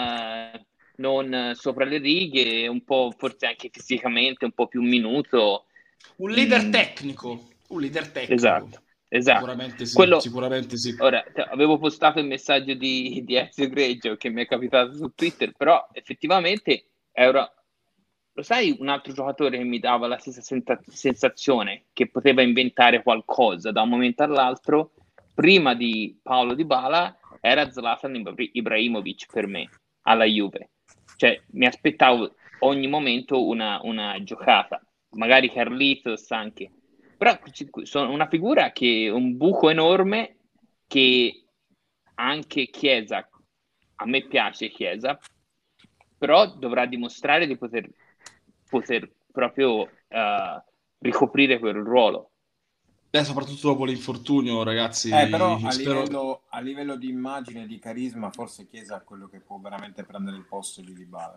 sopra le righe, un po' forse anche fisicamente un po' più minuto. Un leader tecnico. Esatto. Sicuramente sì, Quello- sicuramente sì. Ora, avevo postato il messaggio di Ezio Greggio che mi è capitato su Twitter, però effettivamente lo sai, un altro giocatore che mi dava la stessa sensazione che poteva inventare qualcosa da un momento all'altro, prima di Paolo Dybala, era Zlatan Ibrahimovic per me, alla Juve. Cioè, mi aspettavo ogni momento una giocata, magari Carlitos anche. Però sono una figura che un buco enorme, che anche Chiesa, a me piace Chiesa, però dovrà dimostrare di poter proprio ricoprire quel ruolo. Soprattutto dopo l'infortunio, ragazzi. Però a spero... livello di immagine, di carisma, forse Chiesa è quello che può veramente prendere il posto di Dybala.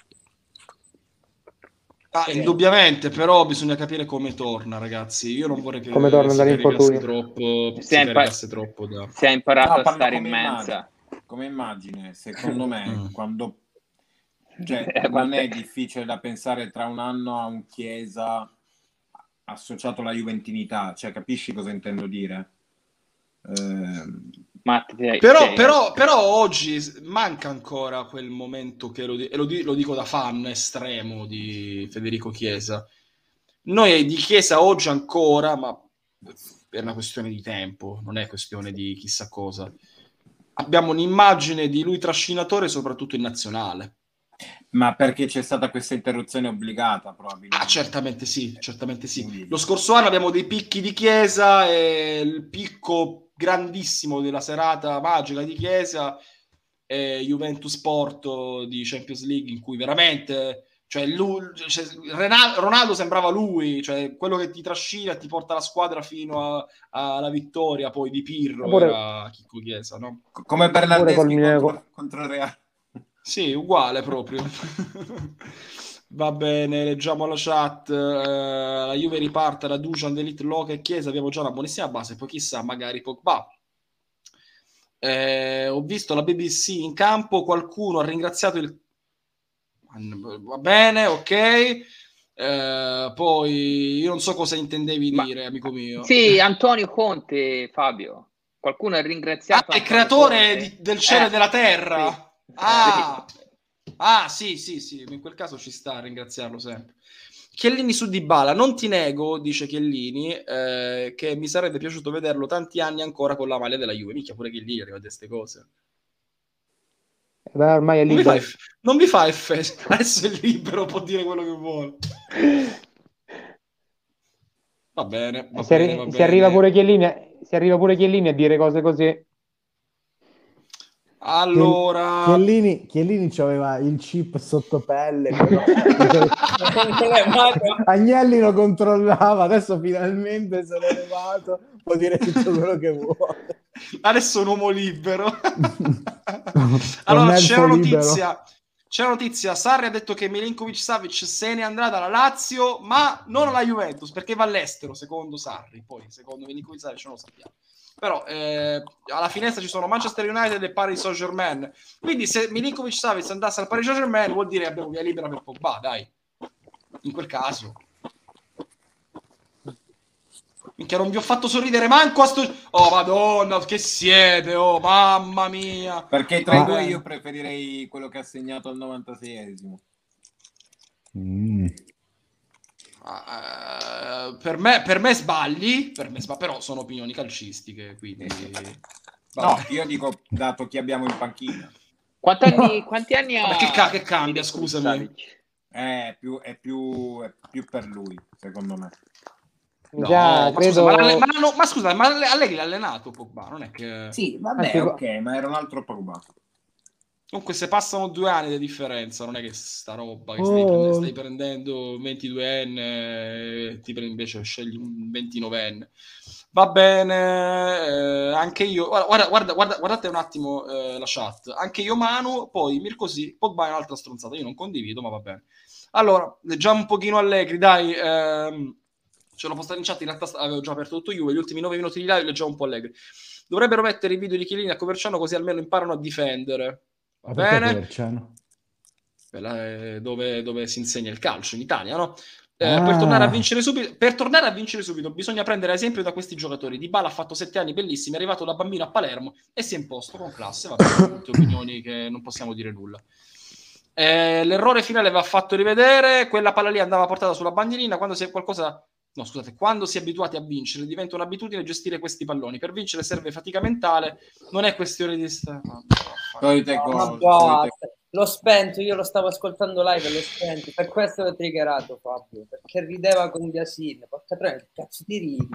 Indubbiamente, però bisogna capire come torna, ragazzi. Io non vorrei che Come torna si dall'infortunio. caricasse troppo da... Si è imparato a parlo stare in come mensa. Come immagine, secondo me, quando non guarda. è difficile da pensare tra un anno a un Chiesa associato alla juventinità, cioè capisci cosa intendo dire? Però oggi manca ancora quel momento che lo dico da fan estremo di Federico Chiesa. Noi di Chiesa oggi ancora, ma è una questione di tempo, non è questione di chissà cosa. Abbiamo un'immagine di lui trascinatore soprattutto in nazionale. Ma perché c'è stata questa interruzione obbligata, probabilmente? Certamente sì. Lo scorso anno abbiamo dei picchi di Chiesa e il picco grandissimo della serata magica di Chiesa e Juventus Porto di Champions League, in cui veramente Ronaldo sembrava lui, cioè quello che ti trascina e ti porta la squadra fino alla vittoria poi di Pirro, era Chicco Chiesa, no? Come Bernardeschi contro il Real. Sì, uguale proprio. Va bene, leggiamo la chat. La Juve riparte da Dusan, D'Elite, Loca e Chiesa. Abbiamo già una buonissima base, poi chissà, magari Pogba. Ho visto la BBC in campo, qualcuno ha ringraziato il... Va bene, ok. Poi io non so cosa intendevi dire, amico mio. Sì, Antonio Conte, Fabio. Qualcuno ha ringraziato il creatore del cielo e della terra. Sì. Sì, in quel caso ci sta a ringraziarlo sempre. Chiellini su Dybala, non ti nego, dice Chiellini, che mi sarebbe piaciuto vederlo tanti anni ancora con la maglia della Juve. Minchia, pure Chiellini arriva a queste cose. Beh, ormai è libero. Non mi fa effetto, adesso è libero, può dire quello che vuole. Va bene, va bene. Si arriva pure Chiellini a dire cose così. Allora, Chiellini aveva il chip sotto pelle, Agnelli lo controllava, adesso finalmente se l'è levato, può dire tutto quello che vuole. Adesso è un uomo libero. Un Allora, elfo libero. c'è una notizia. Sarri ha detto che Milinkovic-Savic se ne andrà dalla Lazio, ma non alla Juventus, perché va all'estero, secondo Sarri. Poi, secondo Milinkovic-Savic non lo sappiamo. Però alla finestra ci sono Manchester United e Paris Saint-Germain. Quindi se Milinkovic-Savic andasse al Paris Saint-Germain vuol dire che abbiamo via libera per Pogba, dai. In quel caso. Minchia, non vi ho fatto sorridere manco a sto... Oh, madonna, che siete, oh, mamma mia. Perché tra i due io preferirei quello che ha segnato al 96esimo. Per me sbagli, però sono opinioni calcistiche, quindi... No, io dico, dato chi abbiamo in panchina. Quanti anni ha? Vabbè, che cambia, scusami. È più per lui, secondo me. No, Già, credo... ma scusa, ma Allegri l'ha allenato Pogba, non è che... Sì, vabbè, ok, ma era un altro Pogba. Comunque se passano 2 anni di differenza, non è che sta roba che stai prendendo 22enne, invece scegli un 29enne. Va bene, anche io... Guardate un attimo la chat. Anche io Manu, poi Mircosì, Pogba è un'altra stronzata, io non condivido, ma va bene. Allora, leggiamo un pochino Allegri, dai... ce l'ho postato in chat, in realtà avevo già aperto tutto Juve, gli ultimi 9 minuti di live leggiamo un po' Allegri. Dovrebbero mettere i video di Chiellini a Coverciano così almeno imparano a difendere. Va bene? Coverciano? Dove si insegna il calcio in Italia, no? Per tornare a vincere subito bisogna prendere esempio da questi giocatori. Dybala ha fatto 7 anni bellissimi, è arrivato da bambino a Palermo e si è imposto con classe. Va bene, tutte opinioni che non possiamo dire nulla. L'errore finale va fatto rivedere, quella palla lì andava portata sulla bandierina quando si è abituati a vincere diventa un'abitudine gestire questi palloni. Per vincere serve fatica mentale, non è questione di l'ho spento, io lo stavo ascoltando live e l'ho spento, per questo l'ho triggerato Fabio, perché rideva con Yasin. Porca troia, che cazzo ti ridi?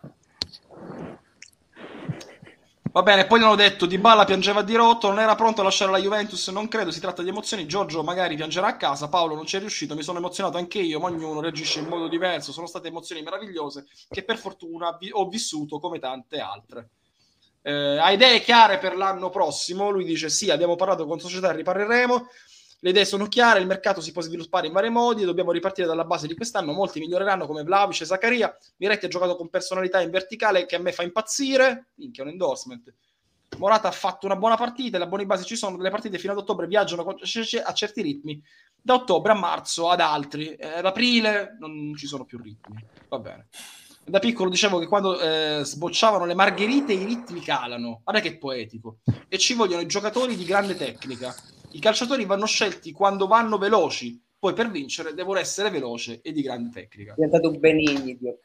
Va bene, poi hanno detto Dybala piangeva di rotto, non era pronto a lasciare la Juventus, non credo, si tratta di emozioni. Giorgio magari piangerà a casa, Paolo non ci è riuscito, mi sono emozionato anche io, ma ognuno reagisce in modo diverso, sono state emozioni meravigliose che per fortuna ho vissuto come tante altre. Ha idee chiare per l'anno prossimo? Lui dice sì, abbiamo parlato con società e riparleremo, le idee sono chiare, il mercato si può sviluppare in vari modi, dobbiamo ripartire dalla base di quest'anno, molti miglioreranno come Vlahovic e Zaccaria. Miretti ha giocato con personalità in verticale che a me fa impazzire, minchia, un endorsement. Morata ha fatto una buona partita, le buone basi ci sono, delle partite fino ad ottobre viaggiano a certi ritmi, da ottobre a marzo ad altri, ad aprile non ci sono più ritmi, va bene. Da piccolo dicevo che quando sbocciavano le margherite i ritmi calano, guarda che poetico, e ci vogliono i giocatori di grande tecnica. I calciatori vanno scelti quando vanno veloci, poi per vincere devono essere veloce e di grande tecnica. È diventato Benigni, Dio.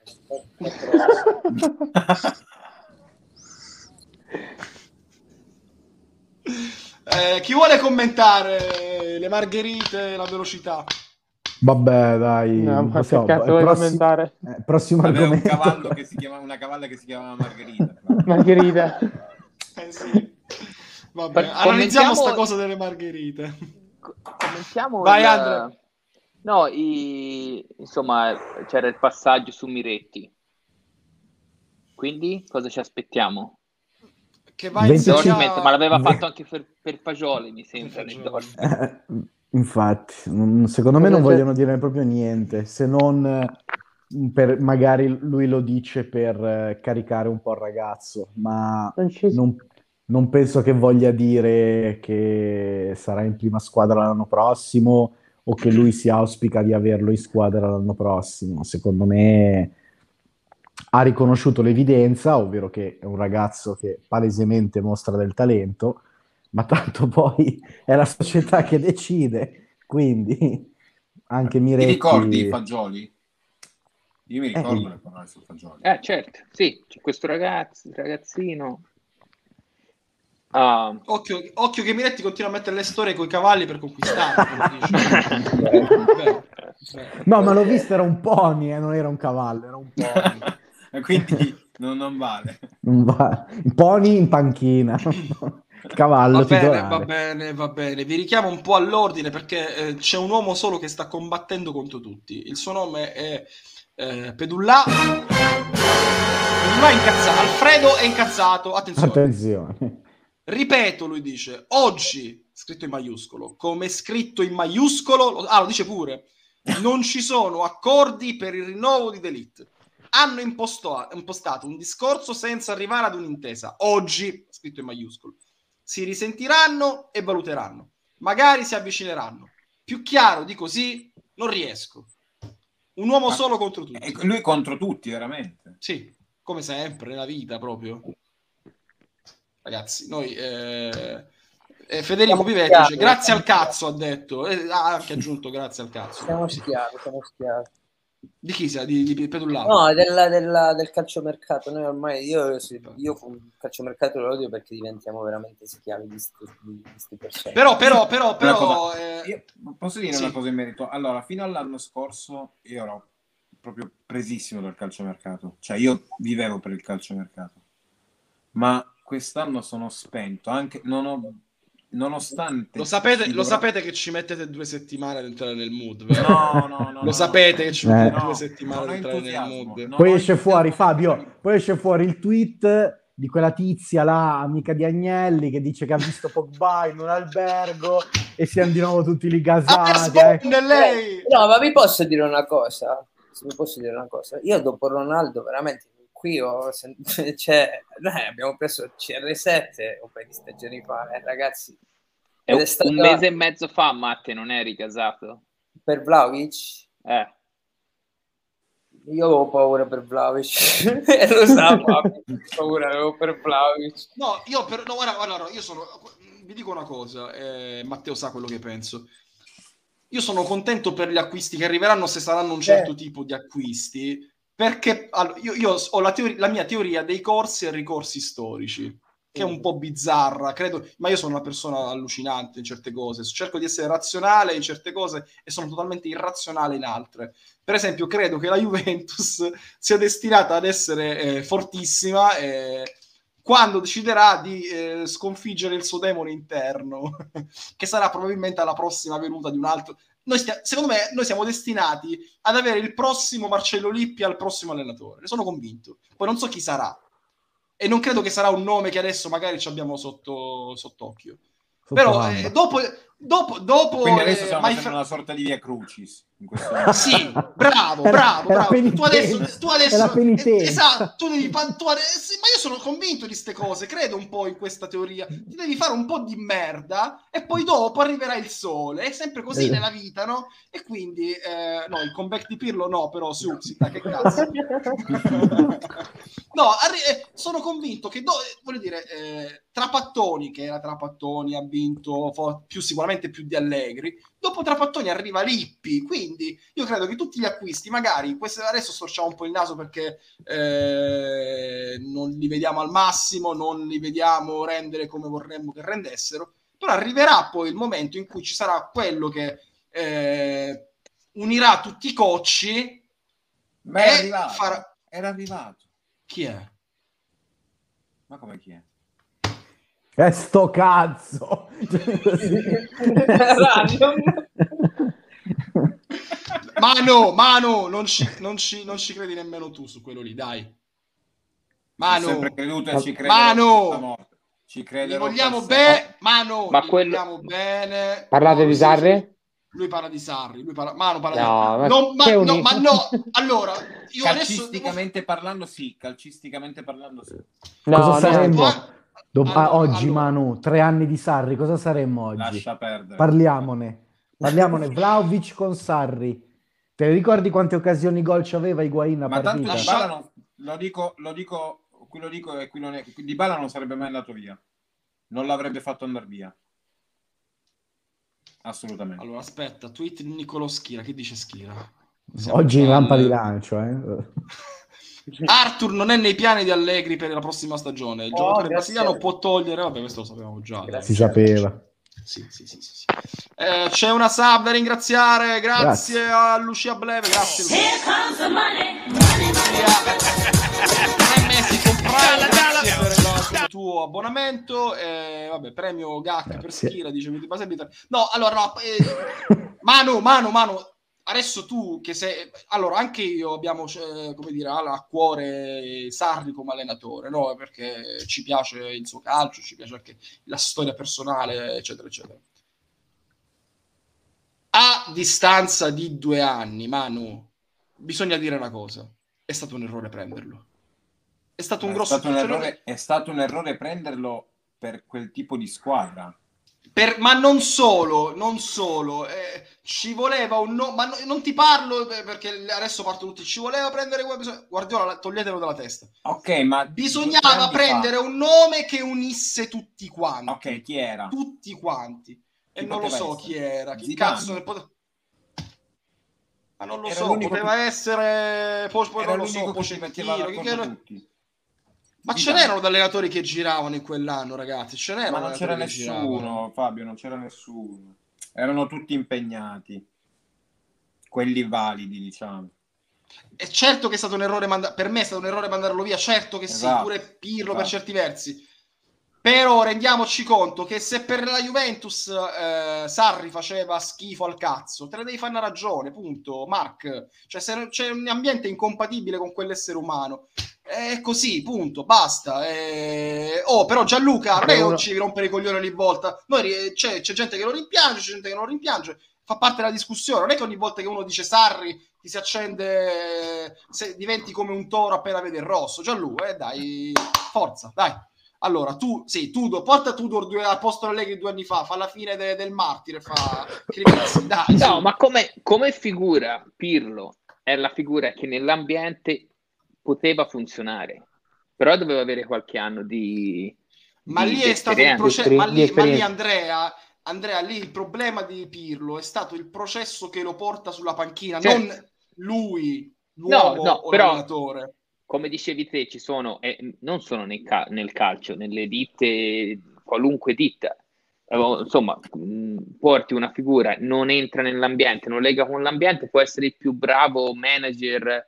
Chi vuole commentare le margherite, la velocità? Vabbè, dai, no, commentare. Prossimo argomento. Una cavalla che si chiama Margherita. Margherita. Sì. Vabbè, analizziamo sta cosa delle margherite. Commentiamo. Vai, Andrea. No, insomma, c'era il passaggio su Miretti. Quindi cosa ci aspettiamo? Che va in ma l'aveva fatto anche per Fagioli, mi sembra. Infatti, secondo me non vogliono dire proprio niente, se non magari lui lo dice per caricare un po' il ragazzo, ma non penso che voglia dire che sarà in prima squadra l'anno prossimo o che lui si auspica di averlo in squadra l'anno prossimo. Secondo me ha riconosciuto l'evidenza, ovvero che è un ragazzo che palesemente mostra del talento, ma tanto poi è la società che decide, quindi anche Miretti... Ti ricordi Fagioli? Io mi ricordo le parole su Fagioli. Certo, sì, c'è questo ragazzino. Occhio che Miretti continua a mettere le storie con i cavalli per conquistare. No, ma l'ho visto, era un pony, non era un cavallo, era un pony. Quindi non vale. Non vale. Pony in panchina. Cavallo Va bene, titolare. va bene, va bene. Vi richiamo un po' all'ordine perché c'è un uomo solo che sta combattendo contro tutti. Il suo nome è Pedullà. Pedullà è incazzato. Alfredo è incazzato. Attenzione. Attenzione. Ripeto, lui dice, oggi, scritto in maiuscolo, come scritto in maiuscolo, lo dice pure, non ci sono accordi per il rinnovo di D'Elite. Hanno impostato un discorso senza arrivare ad un'intesa. Oggi, scritto in maiuscolo, si risentiranno e valuteranno. Magari si avvicineranno. Più chiaro di così non riesco. Un uomo solo contro tutti. Lui contro tutti, veramente. Sì, come sempre, nella vita proprio. Ragazzi, noi... Federico Pivetti dice, grazie al cazzo, ha detto. Ha anche aggiunto grazie al cazzo. Siamo schiavi. Di chi sia? Di Pedullà? No, del calciomercato. Noi ormai io il calciomercato lo odio perché diventiamo veramente schiavi di queste persone. Però io posso dire una cosa in merito? Allora, fino all'anno scorso io ero proprio presissimo dal calciomercato. Cioè, io vivevo per il calciomercato. Ma quest'anno sono spento. Anche nonostante lo sapete che ci mettete 2 settimane ad entrare nel mood, vero? No, lo sapete che ci mettete 2 settimane ad entrare nel mood. Poi esce fuori Fabio, poi esce fuori il tweet di quella tizia là, amica di Agnelli, che dice che ha visto Pogba in un albergo e siamo di nuovo tutti lì gasati. Lei. No, ma vi posso dire una cosa? Io dopo Ronaldo veramente qui noi abbiamo preso CR7 un paio di stagioni fa, ragazzi. Ed è stato... Un mese e mezzo fa, Matte, non eri casato? Per Vlahovic? Io avevo paura per Vlahovic. Lo sapevo, avevo per Vlahovic. No, guarda, io sono... Vi dico una cosa, Matteo sa quello che penso. Io sono contento per gli acquisti che arriveranno, se saranno un certo tipo di acquisti, perché io ho la mia teoria dei corsi e ricorsi storici, che è un po' bizzarra, credo, ma io sono una persona allucinante in certe cose, cerco di essere razionale in certe cose e sono totalmente irrazionale in altre. Per esempio, credo che la Juventus sia destinata ad essere fortissima quando deciderà di sconfiggere il suo demone interno, che sarà probabilmente alla prossima venuta di un altro... secondo me noi siamo destinati ad avere il prossimo Marcello Lippi al prossimo allenatore, ne sono convinto. Poi non so chi sarà e non credo che sarà un nome che adesso magari ci abbiamo sott'occhio. Però dopo quindi adesso stiamo facendo una sorta di via crucis in questo sì, bravo. Tu adesso esatto, ma io sono convinto di queste cose, credo un po' in questa teoria. Ti devi fare un po' di merda e poi dopo arriverà il sole, è sempre così nella vita, no? E quindi no, il comeback di Pirlo no, però su, che cazzo. No, sono convinto che voglio dire, Trapattoni, che era Trapattoni, ha vinto sicuramente più di Allegri. Dopo Trapattoni arriva Lippi, quindi io credo che tutti gli acquisti, magari adesso storciamo un po' il naso perché non li vediamo al massimo, non li vediamo rendere come vorremmo che rendessero, però arriverà poi il momento in cui ci sarà quello che unirà tutti i cocci. Ma era arrivato. Chi è? Ma come chi è? Sto cazzo! Mano, non ci credi nemmeno tu su quello lì, dai. Mano, ho sempre creduto e ci credo. Mano, ci crede. Vogliamo bene, Mano, ma vogliamo bene. Parlate di Sarri? Lui parla di Sarri, Mano parla no, di... no. Allora, io calcisticamente parlando sì. No, cosa saremmo? Oggi, Manu, 3 anni di Sarri, cosa saremmo oggi? Lascia perdere. Parliamone. Vlahovic con Sarri. Te ricordi quante occasioni gol c'aveva Higuain a ma partita? Tanto Dybala non, lo dico e qui non è, Dybala non sarebbe mai andato via. Non l'avrebbe fatto andare via. Assolutamente. Allora, aspetta, tweet di Niccolò Schira. Che dice Schira? Oggi in rampa di lancio, Arthur non è nei piani di Allegri per la prossima stagione. Il giocatore brasiliano può togliere... Vabbè, questo lo sapevamo già. Si sapeva. Sì. C'è una sub da ringraziare. Grazie a Lucia Bleve. Grazie. Here comes the money. Messi, comprare. Grazie per il tuo tuo abbonamento. Vabbè, premio Gacca per Grazie. Schira, dice no, allora no, Manu, adesso tu che sei, allora anche io abbiamo come dire a cuore Sarri come allenatore, no? Perché ci piace il suo calcio, ci piace anche la storia personale, eccetera eccetera. A distanza di 2 anni, Manu, bisogna dire una cosa: è stato un errore prenderlo. È stato un grosso errore. È stato un errore prenderlo per quel tipo di squadra. Ma non solo, ci voleva un ma non ti parlo perché adesso partono tutti, ci voleva prendere Guardiola, toglietelo dalla testa. Ok, ma bisognava prendere un nome che unisse tutti quanti. Ok, chi era? Tutti quanti. E non lo so chi era. Chi Zidane. cazzo ne ma non lo Era so, l'unico poteva essere poi era non lo l'unico so, che ci metteva d'accordo tutti. Ma ce n'erano da allenatori che giravano in quell'anno, ragazzi. Ce n'erano. Ma non c'era allenatori che nessuno, giravano. Fabio, non c'era nessuno. Erano tutti impegnati. Quelli validi, diciamo. E certo che è stato un errore per me è stato un errore mandarlo via, certo che sì, Esatto. pure Pirlo per certi versi. Però rendiamoci conto che se per la Juventus Sarri faceva schifo al cazzo, te ne devi fare una ragione, punto, Mark. Cioè se c'è un ambiente incompatibile con quell'essere umano, è così, punto, basta. Però Gianluca, non è che non ci devi rompere i coglioni ogni volta. C'è gente che lo rimpiange, c'è gente che non lo rimpiange, fa parte della discussione. Non è che ogni volta che uno dice Sarri ti si accende, diventi come un toro appena vede il rosso. Gianluca, dai, forza, dai. Allora, porta Tudor al posto Allegri 2 anni fa la fine del martire, dai. No, ma come figura Pirlo è la figura che nell'ambiente poteva funzionare, però doveva avere qualche anno di lì è stato il processo, ma lì Andrea, lì il problema di Pirlo è stato il processo che lo porta sulla panchina, non lui, l'uomo o l'allenatore. Come dicevi te, ci sono, non solo nel calcio, nelle ditte, qualunque ditta, insomma, porti una figura, non entra nell'ambiente, non lega con l'ambiente, può essere il più bravo manager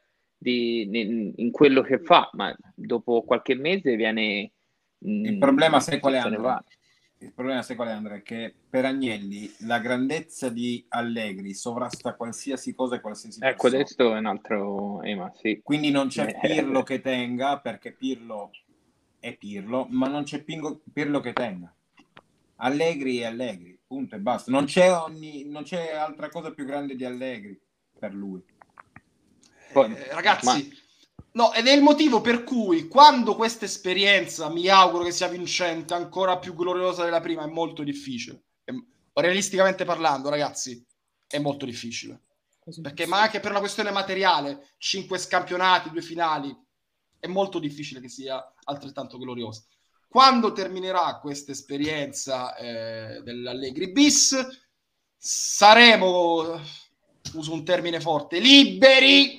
in quello che fa, ma dopo qualche mese viene... Il problema sai qual è, Andrea? Il problema sai qual è, Andrea? Che per Agnelli la grandezza di Allegri sovrasta qualsiasi cosa e qualsiasi persona. Ecco, questo è un altro... sì. Quindi non c'è Pirlo che tenga, perché Pirlo è Pirlo, ma non c'è Pirlo che tenga. Allegri è Allegri, punto e basta. Non c'è altra cosa più grande di Allegri per lui. Poi, ragazzi... No, ed è il motivo per cui quando questa esperienza, mi auguro che sia vincente, ancora più gloriosa della prima, è molto difficile. Realisticamente parlando, ragazzi, è molto difficile. Perché, ma anche per una questione materiale, 5 scampionati, 2 finali, è molto difficile che sia altrettanto gloriosa. Quando terminerà questa esperienza dell'Allegri bis, saremo, uso un termine forte, liberi,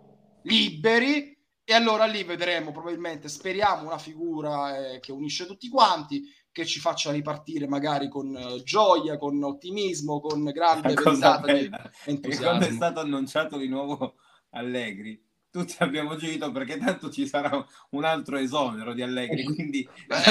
e allora lì vedremo probabilmente, speriamo, una figura che unisce tutti quanti, che ci faccia ripartire magari con gioia, con ottimismo, con grande ventata di entusiasmo. Quando è stato annunciato di nuovo Allegri, tutti abbiamo gioito perché tanto ci sarà un altro esonero di Allegri, quindi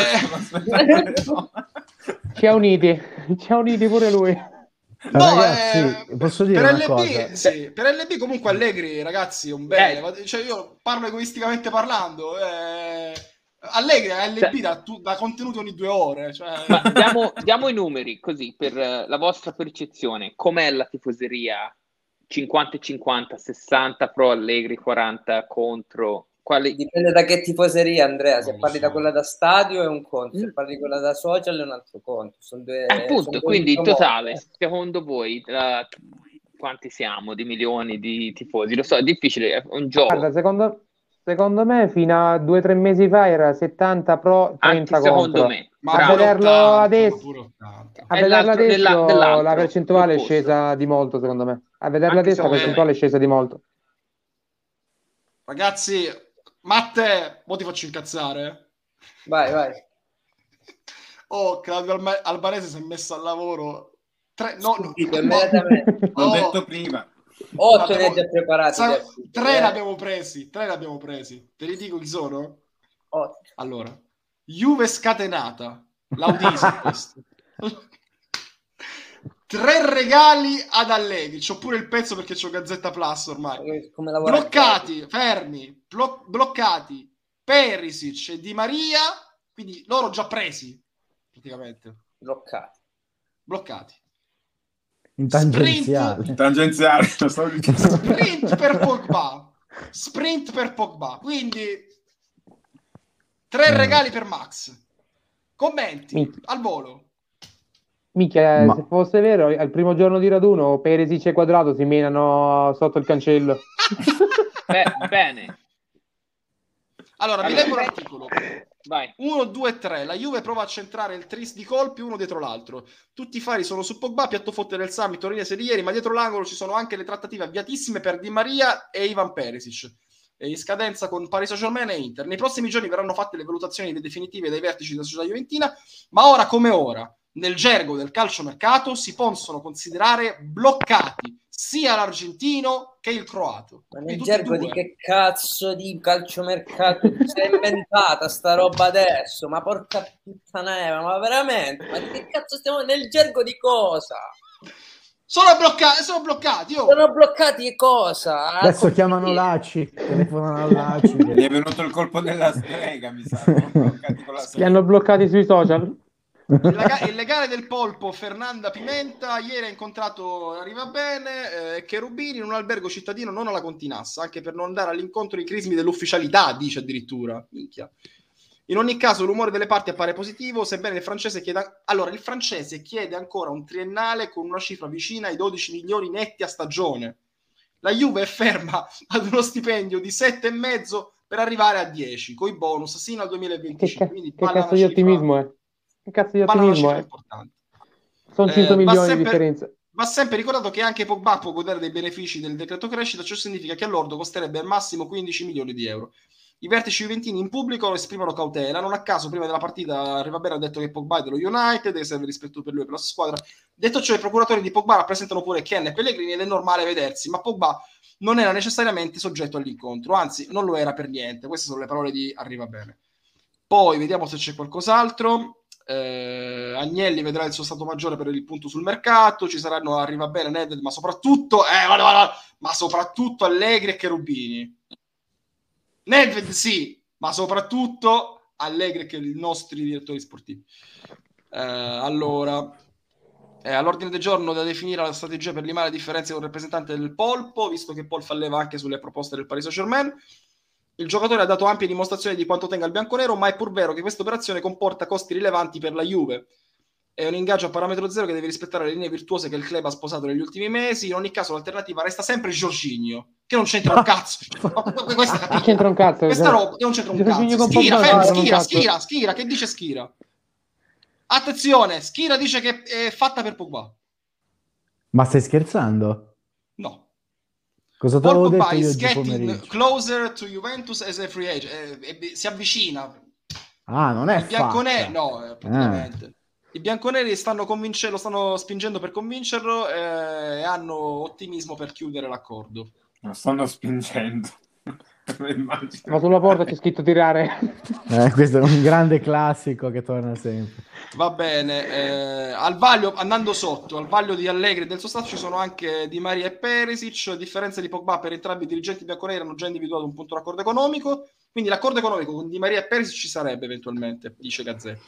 ci ha uniti pure lui. No, ragazzi, posso dire una cosa? Sì, per LB comunque Allegri, ragazzi, è un bene. Cioè, io parlo egoisticamente parlando. Allegri a LB da contenuti ogni 2 ore. Cioè... Ma diamo i numeri, così, per la vostra percezione. Com'è la tifoseria? 50-50, 60 pro Allegri, 40 contro... Dipende da che tifoseria, Andrea. Se parli da quella da stadio è un conto, se parli di quella da social è un altro conto. Appunto, quindi in totale, secondo voi, quanti siamo di milioni di tifosi? Lo so, è difficile, è un gioco. Guarda, secondo me fino a 2 o 3 mesi fa era 70 pro, 30 anche contro. Secondo me. Ma a vederlo adesso, la percentuale è scesa di molto, secondo me. A vederla adesso la percentuale è scesa di molto. Ragazzi, Matte, mo ti faccio incazzare. Vai. Oh, Claudio Albanese si è messo al lavoro. L'ho detto prima. 8 ne ha già preparati. 3 l'abbiamo presi. Te li dico chi sono? 8. Allora, Juve scatenata. L'Audisi questo. 3 regali ad Allegri. C'ho pure il pezzo perché c'ho Gazzetta Plus ormai. Come lavora Bloccati, fermi, bloccati Perisic e Di Maria, quindi loro già presi praticamente. Bloccati. In tangenziale. Tangenziale, lo stavo dicendo. Sprint per Pogba. Quindi 3 regali per Max. Commenti al volo. Minchia, se fosse vero, al primo giorno di raduno Perisic e Quadrato si menano sotto il cancello. Bene. Allora, vi leggo l'articolo. Vai. 1, 2, 3. La Juve prova a centrare il tris di colpi uno dietro l'altro. Tutti i fari sono su Pogba, piatto forte del Summit, Torinese di ieri, ma dietro l'angolo ci sono anche le trattative avviatissime per Di Maria e Ivan Perisic, in scadenza con Paris Saint-Germain e Inter. Nei prossimi giorni verranno fatte le valutazioni definitive dai vertici della società juventina, ma ora come ora, nel gergo del calciomercato, si possono considerare bloccati sia l'argentino che il croato. Ma nel gergo di che cazzo di calciomercato si è inventata sta roba adesso? Ma porca puttaneva, ma veramente? Ma di che cazzo stiamo nel gergo di cosa? Sono bloccati. Oh. Sono bloccati che cosa? Adesso chiamano Laci, telefonano a Laci. Gli è venuto il colpo della strega, mi sa. Li hanno bloccati sui social. Il legale del polpo Fernanda Pimenta ieri ha incontrato Arrivabene Cherubini in un albergo cittadino non alla Continassa, anche per non andare all'incontro dei crismi dell'ufficialità, dice addirittura. Minchia. In ogni caso l'umore delle parti appare positivo, sebbene il francese chieda... Allora, il francese chiede ancora un triennale con una cifra vicina ai 12 milioni netti a stagione. La Juve è ferma ad uno stipendio di 7,5 per arrivare a 10, con i bonus sino al 2025. Che cazzo di ottimismo è? Che cazzo di ottimismo è? Importante. Sono 5 milioni di differenza. Va sempre ricordato che anche Pogba può godere dei benefici del decreto crescita, ciò significa che all'ordo costerebbe al massimo 15 milioni di euro. I vertici juventini in pubblico esprimono cautela, non a caso prima della partita Arrivabene ha detto che Pogba è dello United, che serve rispetto per lui e per la sua squadra. Detto ciò, i procuratori di Pogba rappresentano pure Ken e Pellegrini ed è normale vedersi, ma Pogba non era necessariamente soggetto all'incontro, anzi non lo era per niente. Queste sono le parole di Arrivabene. Poi vediamo se c'è qualcos'altro. Agnelli vedrà il suo stato maggiore per il punto sul mercato, ci saranno Arrivabene, Nedved, ma soprattutto Allegri e Cherubini. Nedved sì, ma soprattutto Allegri che i nostri direttori sportivi. Allora, all'ordine del giorno da definire la strategia per limare le differenze con il rappresentante del polpo, visto che Paul fa leva anche sulle proposte del Paris Saint-Germain. Il giocatore ha dato ampie dimostrazioni di quanto tenga il bianconero, ma è pur vero che questa operazione comporta costi rilevanti per la Juve. È un ingaggio a parametro zero che deve rispettare le linee virtuose che il club ha sposato negli ultimi mesi. In ogni caso l'alternativa resta sempre Jorginho, che non c'entra un cazzo. Non c'entra un cazzo. Questa roba che non c'entra un cazzo. Schira, che dice Schira? Attenzione, Schira dice che è fatta per Pogba. Ma stai scherzando? No. Cosa ti avevo detto io oggi pomeriggio? Closer to Juventus as a free agent. Si avvicina. Ah, non è bianconeri, no, praticamente. I bianconeri lo stanno spingendo per convincerlo e hanno ottimismo per chiudere l'accordo. Lo stanno spingendo. Ma sulla porta c'è scritto tirare. Questo è un grande classico che torna sempre. Va bene, al vaglio, andando sotto, al vaglio di Allegri e del suo staff ci sono anche Di Maria e Perisic. A differenza di Pogba, per entrambi i dirigenti bianconeri hanno già individuato un punto d'accordo economico, quindi l'accordo economico con Di Maria e Perisic ci sarebbe eventualmente, dice Gazzetta.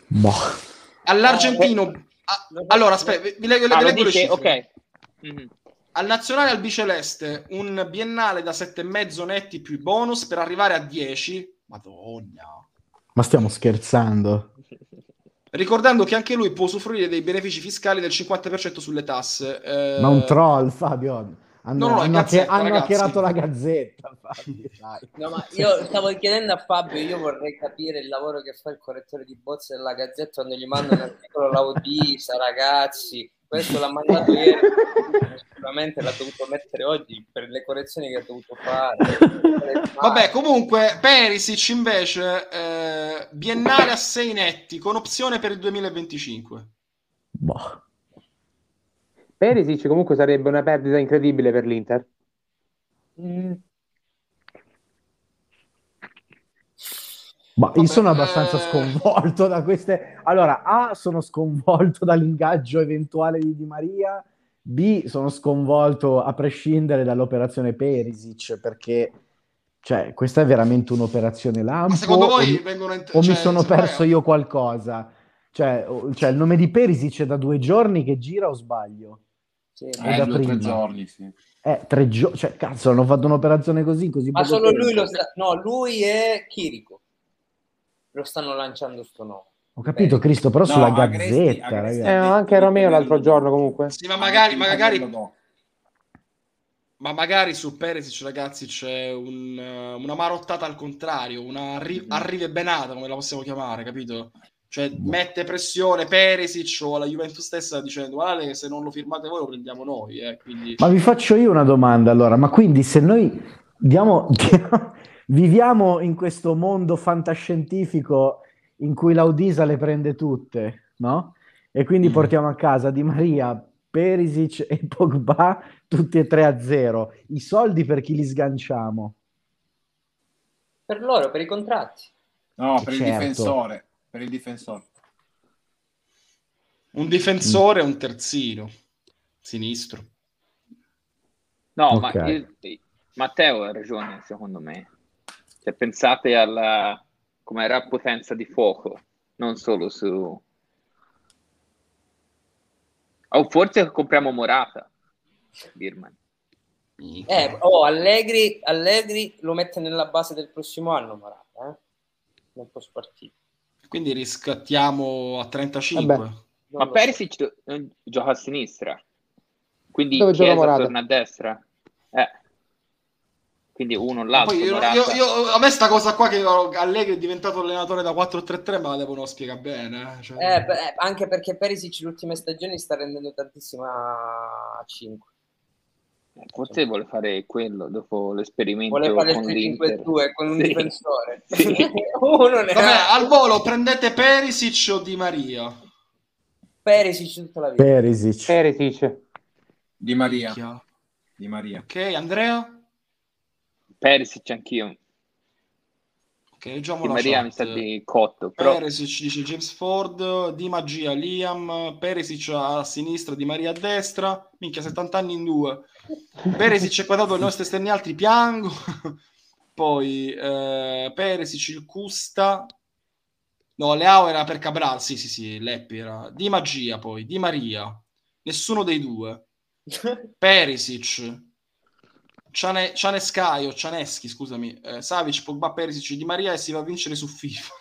All'argentino allora aspetta, vi leggo le cifre. Ok. Al nazionale albiceleste un biennale da 7,5 netti più bonus per arrivare a 10. Madonna, ma stiamo scherzando? Ricordando che anche lui può usufruire dei benefici fiscali del 50% sulle tasse. Ma un troll, Fabio. Hanno Gazzetta, hackerato la Gazzetta, Fabio. Dai. No, ma io stavo chiedendo a Fabio, io vorrei capire il lavoro che fa il correttore di bozze della Gazzetta quando gli manda un articolo l'audista, ragazzi. Questo l'ha mandato ieri, sicuramente l'ha dovuto mettere oggi per le correzioni che ha dovuto fare. Vabbè, comunque Perisic invece biennale a 6 netti con opzione per il 2025. Perisic comunque sarebbe una perdita incredibile per l'Inter. Ma io Vabbè, sono abbastanza sconvolto da queste. Allora, A, sono sconvolto dall'ingaggio eventuale di Di Maria. B, sono sconvolto a prescindere dall'operazione Perisic, perché cioè, questa è veramente un'operazione Ma secondo lampo voi vengono o mi cioè, sono secondo perso me io qualcosa? Cioè, il nome di Perisic è da 2 giorni che gira o sbaglio? Sì. O da 2 o 3 prima? giorni, sì. 3 giorni, cioè cazzo, hanno fatto un'operazione così Ma poco solo lui tempo. no, lui e Chirico lo stanno lanciando sto nome. Ho capito, Cristo, però No, sulla Agresti Gazzetta, ha ragazzi. detto Anche di Romeo l'altro tenerlo giorno d'occhio. comunque. sì, ma Ha detto di magari tenerlo d'occhio. Ma magari su Perisic, ragazzi, c'è una marottata al contrario, una arrivebenata, come la possiamo chiamare, capito? Cioè, mette pressione Perisic o la Juventus stessa dicendo guardate che se non lo firmate voi lo prendiamo noi, quindi... Ma vi faccio io una domanda allora, ma quindi se noi viviamo in questo mondo fantascientifico in cui l'Audisa le prende tutte, no? E quindi portiamo a casa Di Maria, Perisic e Pogba tutti e 3-0. I soldi per chi li sganciamo? Per loro, per i contratti. No, per il Certo. difensore. Per il difensore. Un difensore e un terzino sinistro. No, Ok. ma Matteo ha ragione, secondo me. Cioè, pensate alla come era potenza di fuoco, non solo su... O forse compriamo Morata, Birman. Allegri lo mette nella base del prossimo anno, Morata, non può spartire. Quindi riscattiamo a 35. Vabbè. Ma Perisic gioca a sinistra, quindi Dove gioca Chiesa Morata? torna a destra. Quindi uno Ma l'altro, poi Morata. a me sta cosa qua che Allegri è diventato allenatore da 4-3-3 me la devono spiegare bene. Cioè... Anche perché Perisic le ultime stagioni sta rendendo tantissimo a 5. Forse vuole fare quello dopo l'esperimento Vuole fare il con l'Inter. 3-5-2 con un Sì. difensore. Sì. Uno ne Vabbè, ha. al volo prendete Perisic o Di Maria? Perisic tutta la vita. Perisic. Di Maria. Minchia. Di Maria. Ok, Andrea? Perisic anch'io. Ok, già Di Maria mi sa di cotto. Però... Perisic dice James Ford, Di Magia Liam, Perisic a sinistra, Di Maria a destra. Minchia, 70 anni in 2. Perisic è quadrato, i nostri esterni altri piango. Poi Perisic il Custa. No, Leao era per Cabral, sì, Leppi era. Di Magia poi, Di Maria. Nessuno dei due. Perisic. Cianeschi, scusami. Savic, Pogba, Perisic, Di Maria e si va a vincere su FIFA.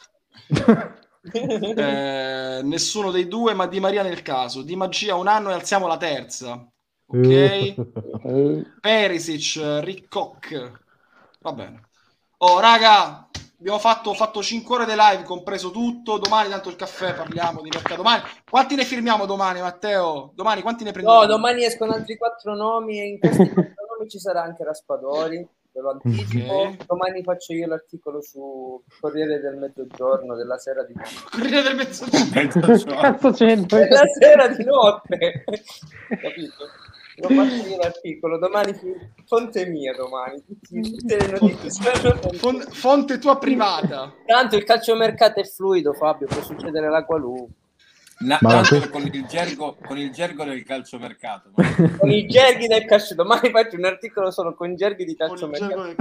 Nessuno dei due, ma Di Maria nel caso. Di Magia un anno e alziamo la terza. Ok. Perisic, Riccocch. Va bene. Oh, raga, abbiamo fatto 5 ore di live, compreso tutto. Domani, tanto il caffè, parliamo di mercato. Domani, quanti ne firmiamo domani, Matteo? Domani, quanti ne prendiamo? No, domani escono altri 4 nomi e in questi 4 nomi ci sarà anche Raspadori, ve lo anticipo. Okay. Domani faccio io l'articolo su Corriere del Mezzogiorno, della sera di notte. Corriere del Che cazzo c'entra? Della sera di notte. Capito? Lo faccio io l'articolo, domani fonte mia domani. Tutte le notizie. Fonte tua privata. Tanto il calciomercato è fluido, Fabio, può succedere la qualunque. Con il gergo del calciomercato. Con i gerghi del calcio, domani faccio un articolo solo con i gerghi di calciomercato.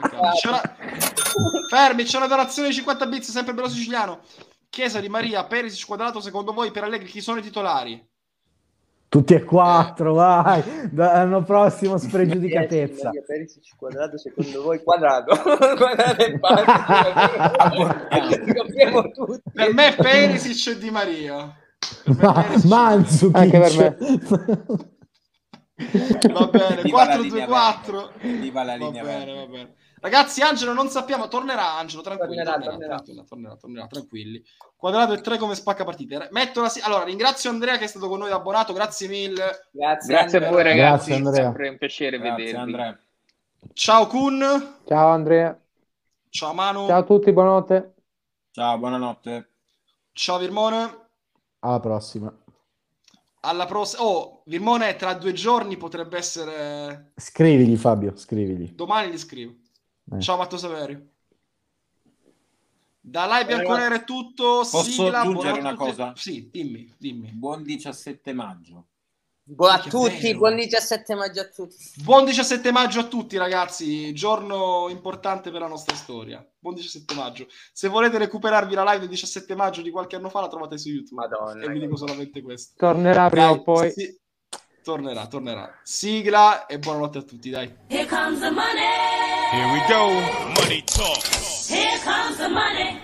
Fermi, c'è una donazione di 50 bits, sempre bello siciliano. Chiesa, Di Maria, Perisic, Quadrato, secondo voi per Allegri chi sono i titolari? Tutti e 4, vai. L'anno prossimo spregiudicatezza. Perisic, Quadrato, secondo voi Quadrato. Guardate il Per me Perisic e Di Maria. Mandzukic. Anche per me. Va bene, Viva la 4-2-4. Viva la linea va bene. Ragazzi, Angelo non sappiamo, tornerà Angelo, tranquilli, tornerà, tranquilli. Quadrato e 3 come spacca partite. Allora, ringrazio Andrea che è stato con noi abbonato, grazie mille. Grazie a voi ragazzi, Grazie, Andrea. sempre un piacere vedervi. Andrea. Ciao Kun. Ciao Andrea. Ciao Manu. Ciao a tutti, buonanotte. Ciao, buonanotte. Ciao Virmone. Alla prossima. Alla prossima. Oh, Virmone tra 2 giorni potrebbe essere... Scrivigli Fabio, scrivigli. Domani gli scrivo. Ciao Matteo Saverio. Da Live Bianconera è tutto. Posso sigla, aggiungere buonanotte una a tutti. cosa? Sì, dimmi. Buon 17 maggio. Buon a Che tutti, bello. buon 17 maggio a tutti. Buon 17 maggio a tutti, ragazzi. Giorno importante per la nostra storia. Buon 17 maggio. Se volete recuperarvi la live del 17 maggio di qualche anno fa, la trovate su YouTube. Madonna. E vi dico solamente questo. Tornerà prima o poi. Sì, tornerà. Sigla e buonanotte a tutti, dai. Here comes the money. Here we go. Money talk. Here comes the money.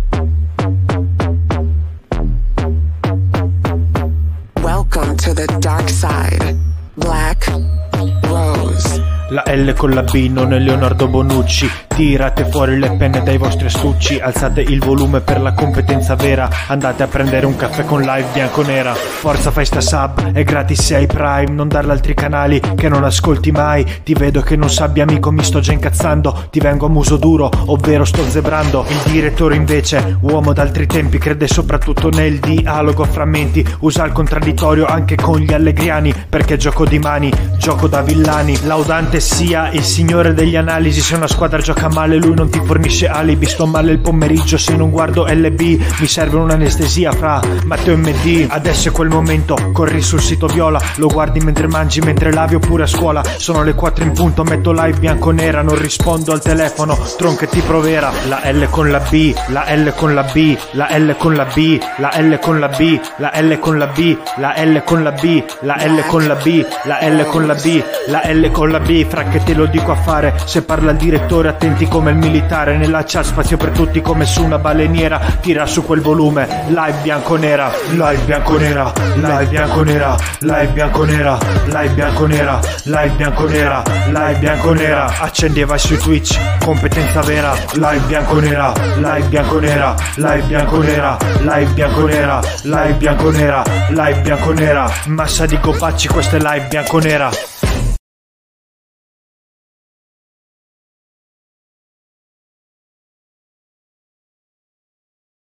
Welcome to the dark side. Black Rose. La L con la B non è Leonardo Bonucci. Tirate fuori le penne dai vostri astucci. Alzate il volume per la competenza vera. Andate a prendere un caffè con Live Bianconera. Forza, fai sta sub, è gratis se hai Prime. Non darla a altri canali che non ascolti mai. Ti vedo che non sabbi amico, mi sto già incazzando. Ti vengo a muso duro, ovvero sto zebrando. Il direttore invece, uomo d'altri tempi, crede soprattutto nel dialogo a frammenti. Usa il contraddittorio anche con gli allegriani, perché gioco di mani, gioco da villani. Laudante sia il signore degli analisi. Se una squadra gioca male lui non ti fornisce alibi. Sto male il pomeriggio se non guardo LB. Mi serve un'anestesia fra Matteo e MD. Adesso è quel momento, corri sul sito Viola. Lo guardi mentre mangi, mentre lavi oppure a scuola. Sono le 4 in punto, metto Live Bianconera. Non rispondo al telefono, tronche ti provera. La L con la B, la L con la B, la L con la B, la L con la B, la L con la B, la L con la B, la L con la B, la L con la B, la L con la B. Fra che te lo dico a fare, se parla il direttore attenti come il militare. Nella chat spazio per tutti come su una baleniera. Tira su quel volume, Live Bianconera. Live Bianconera, Live Bianconera, Live Bianconera, Live Bianconera, Live Bianconera, Live Bianconera. Accendi e vai su Twitch, competenza vera. Live Bianconera, Live Bianconera, Live Bianconera, Live Bianconera, Live Bianconera, Live Bianconera. Massa di gobacci, questa è Live Bianconera.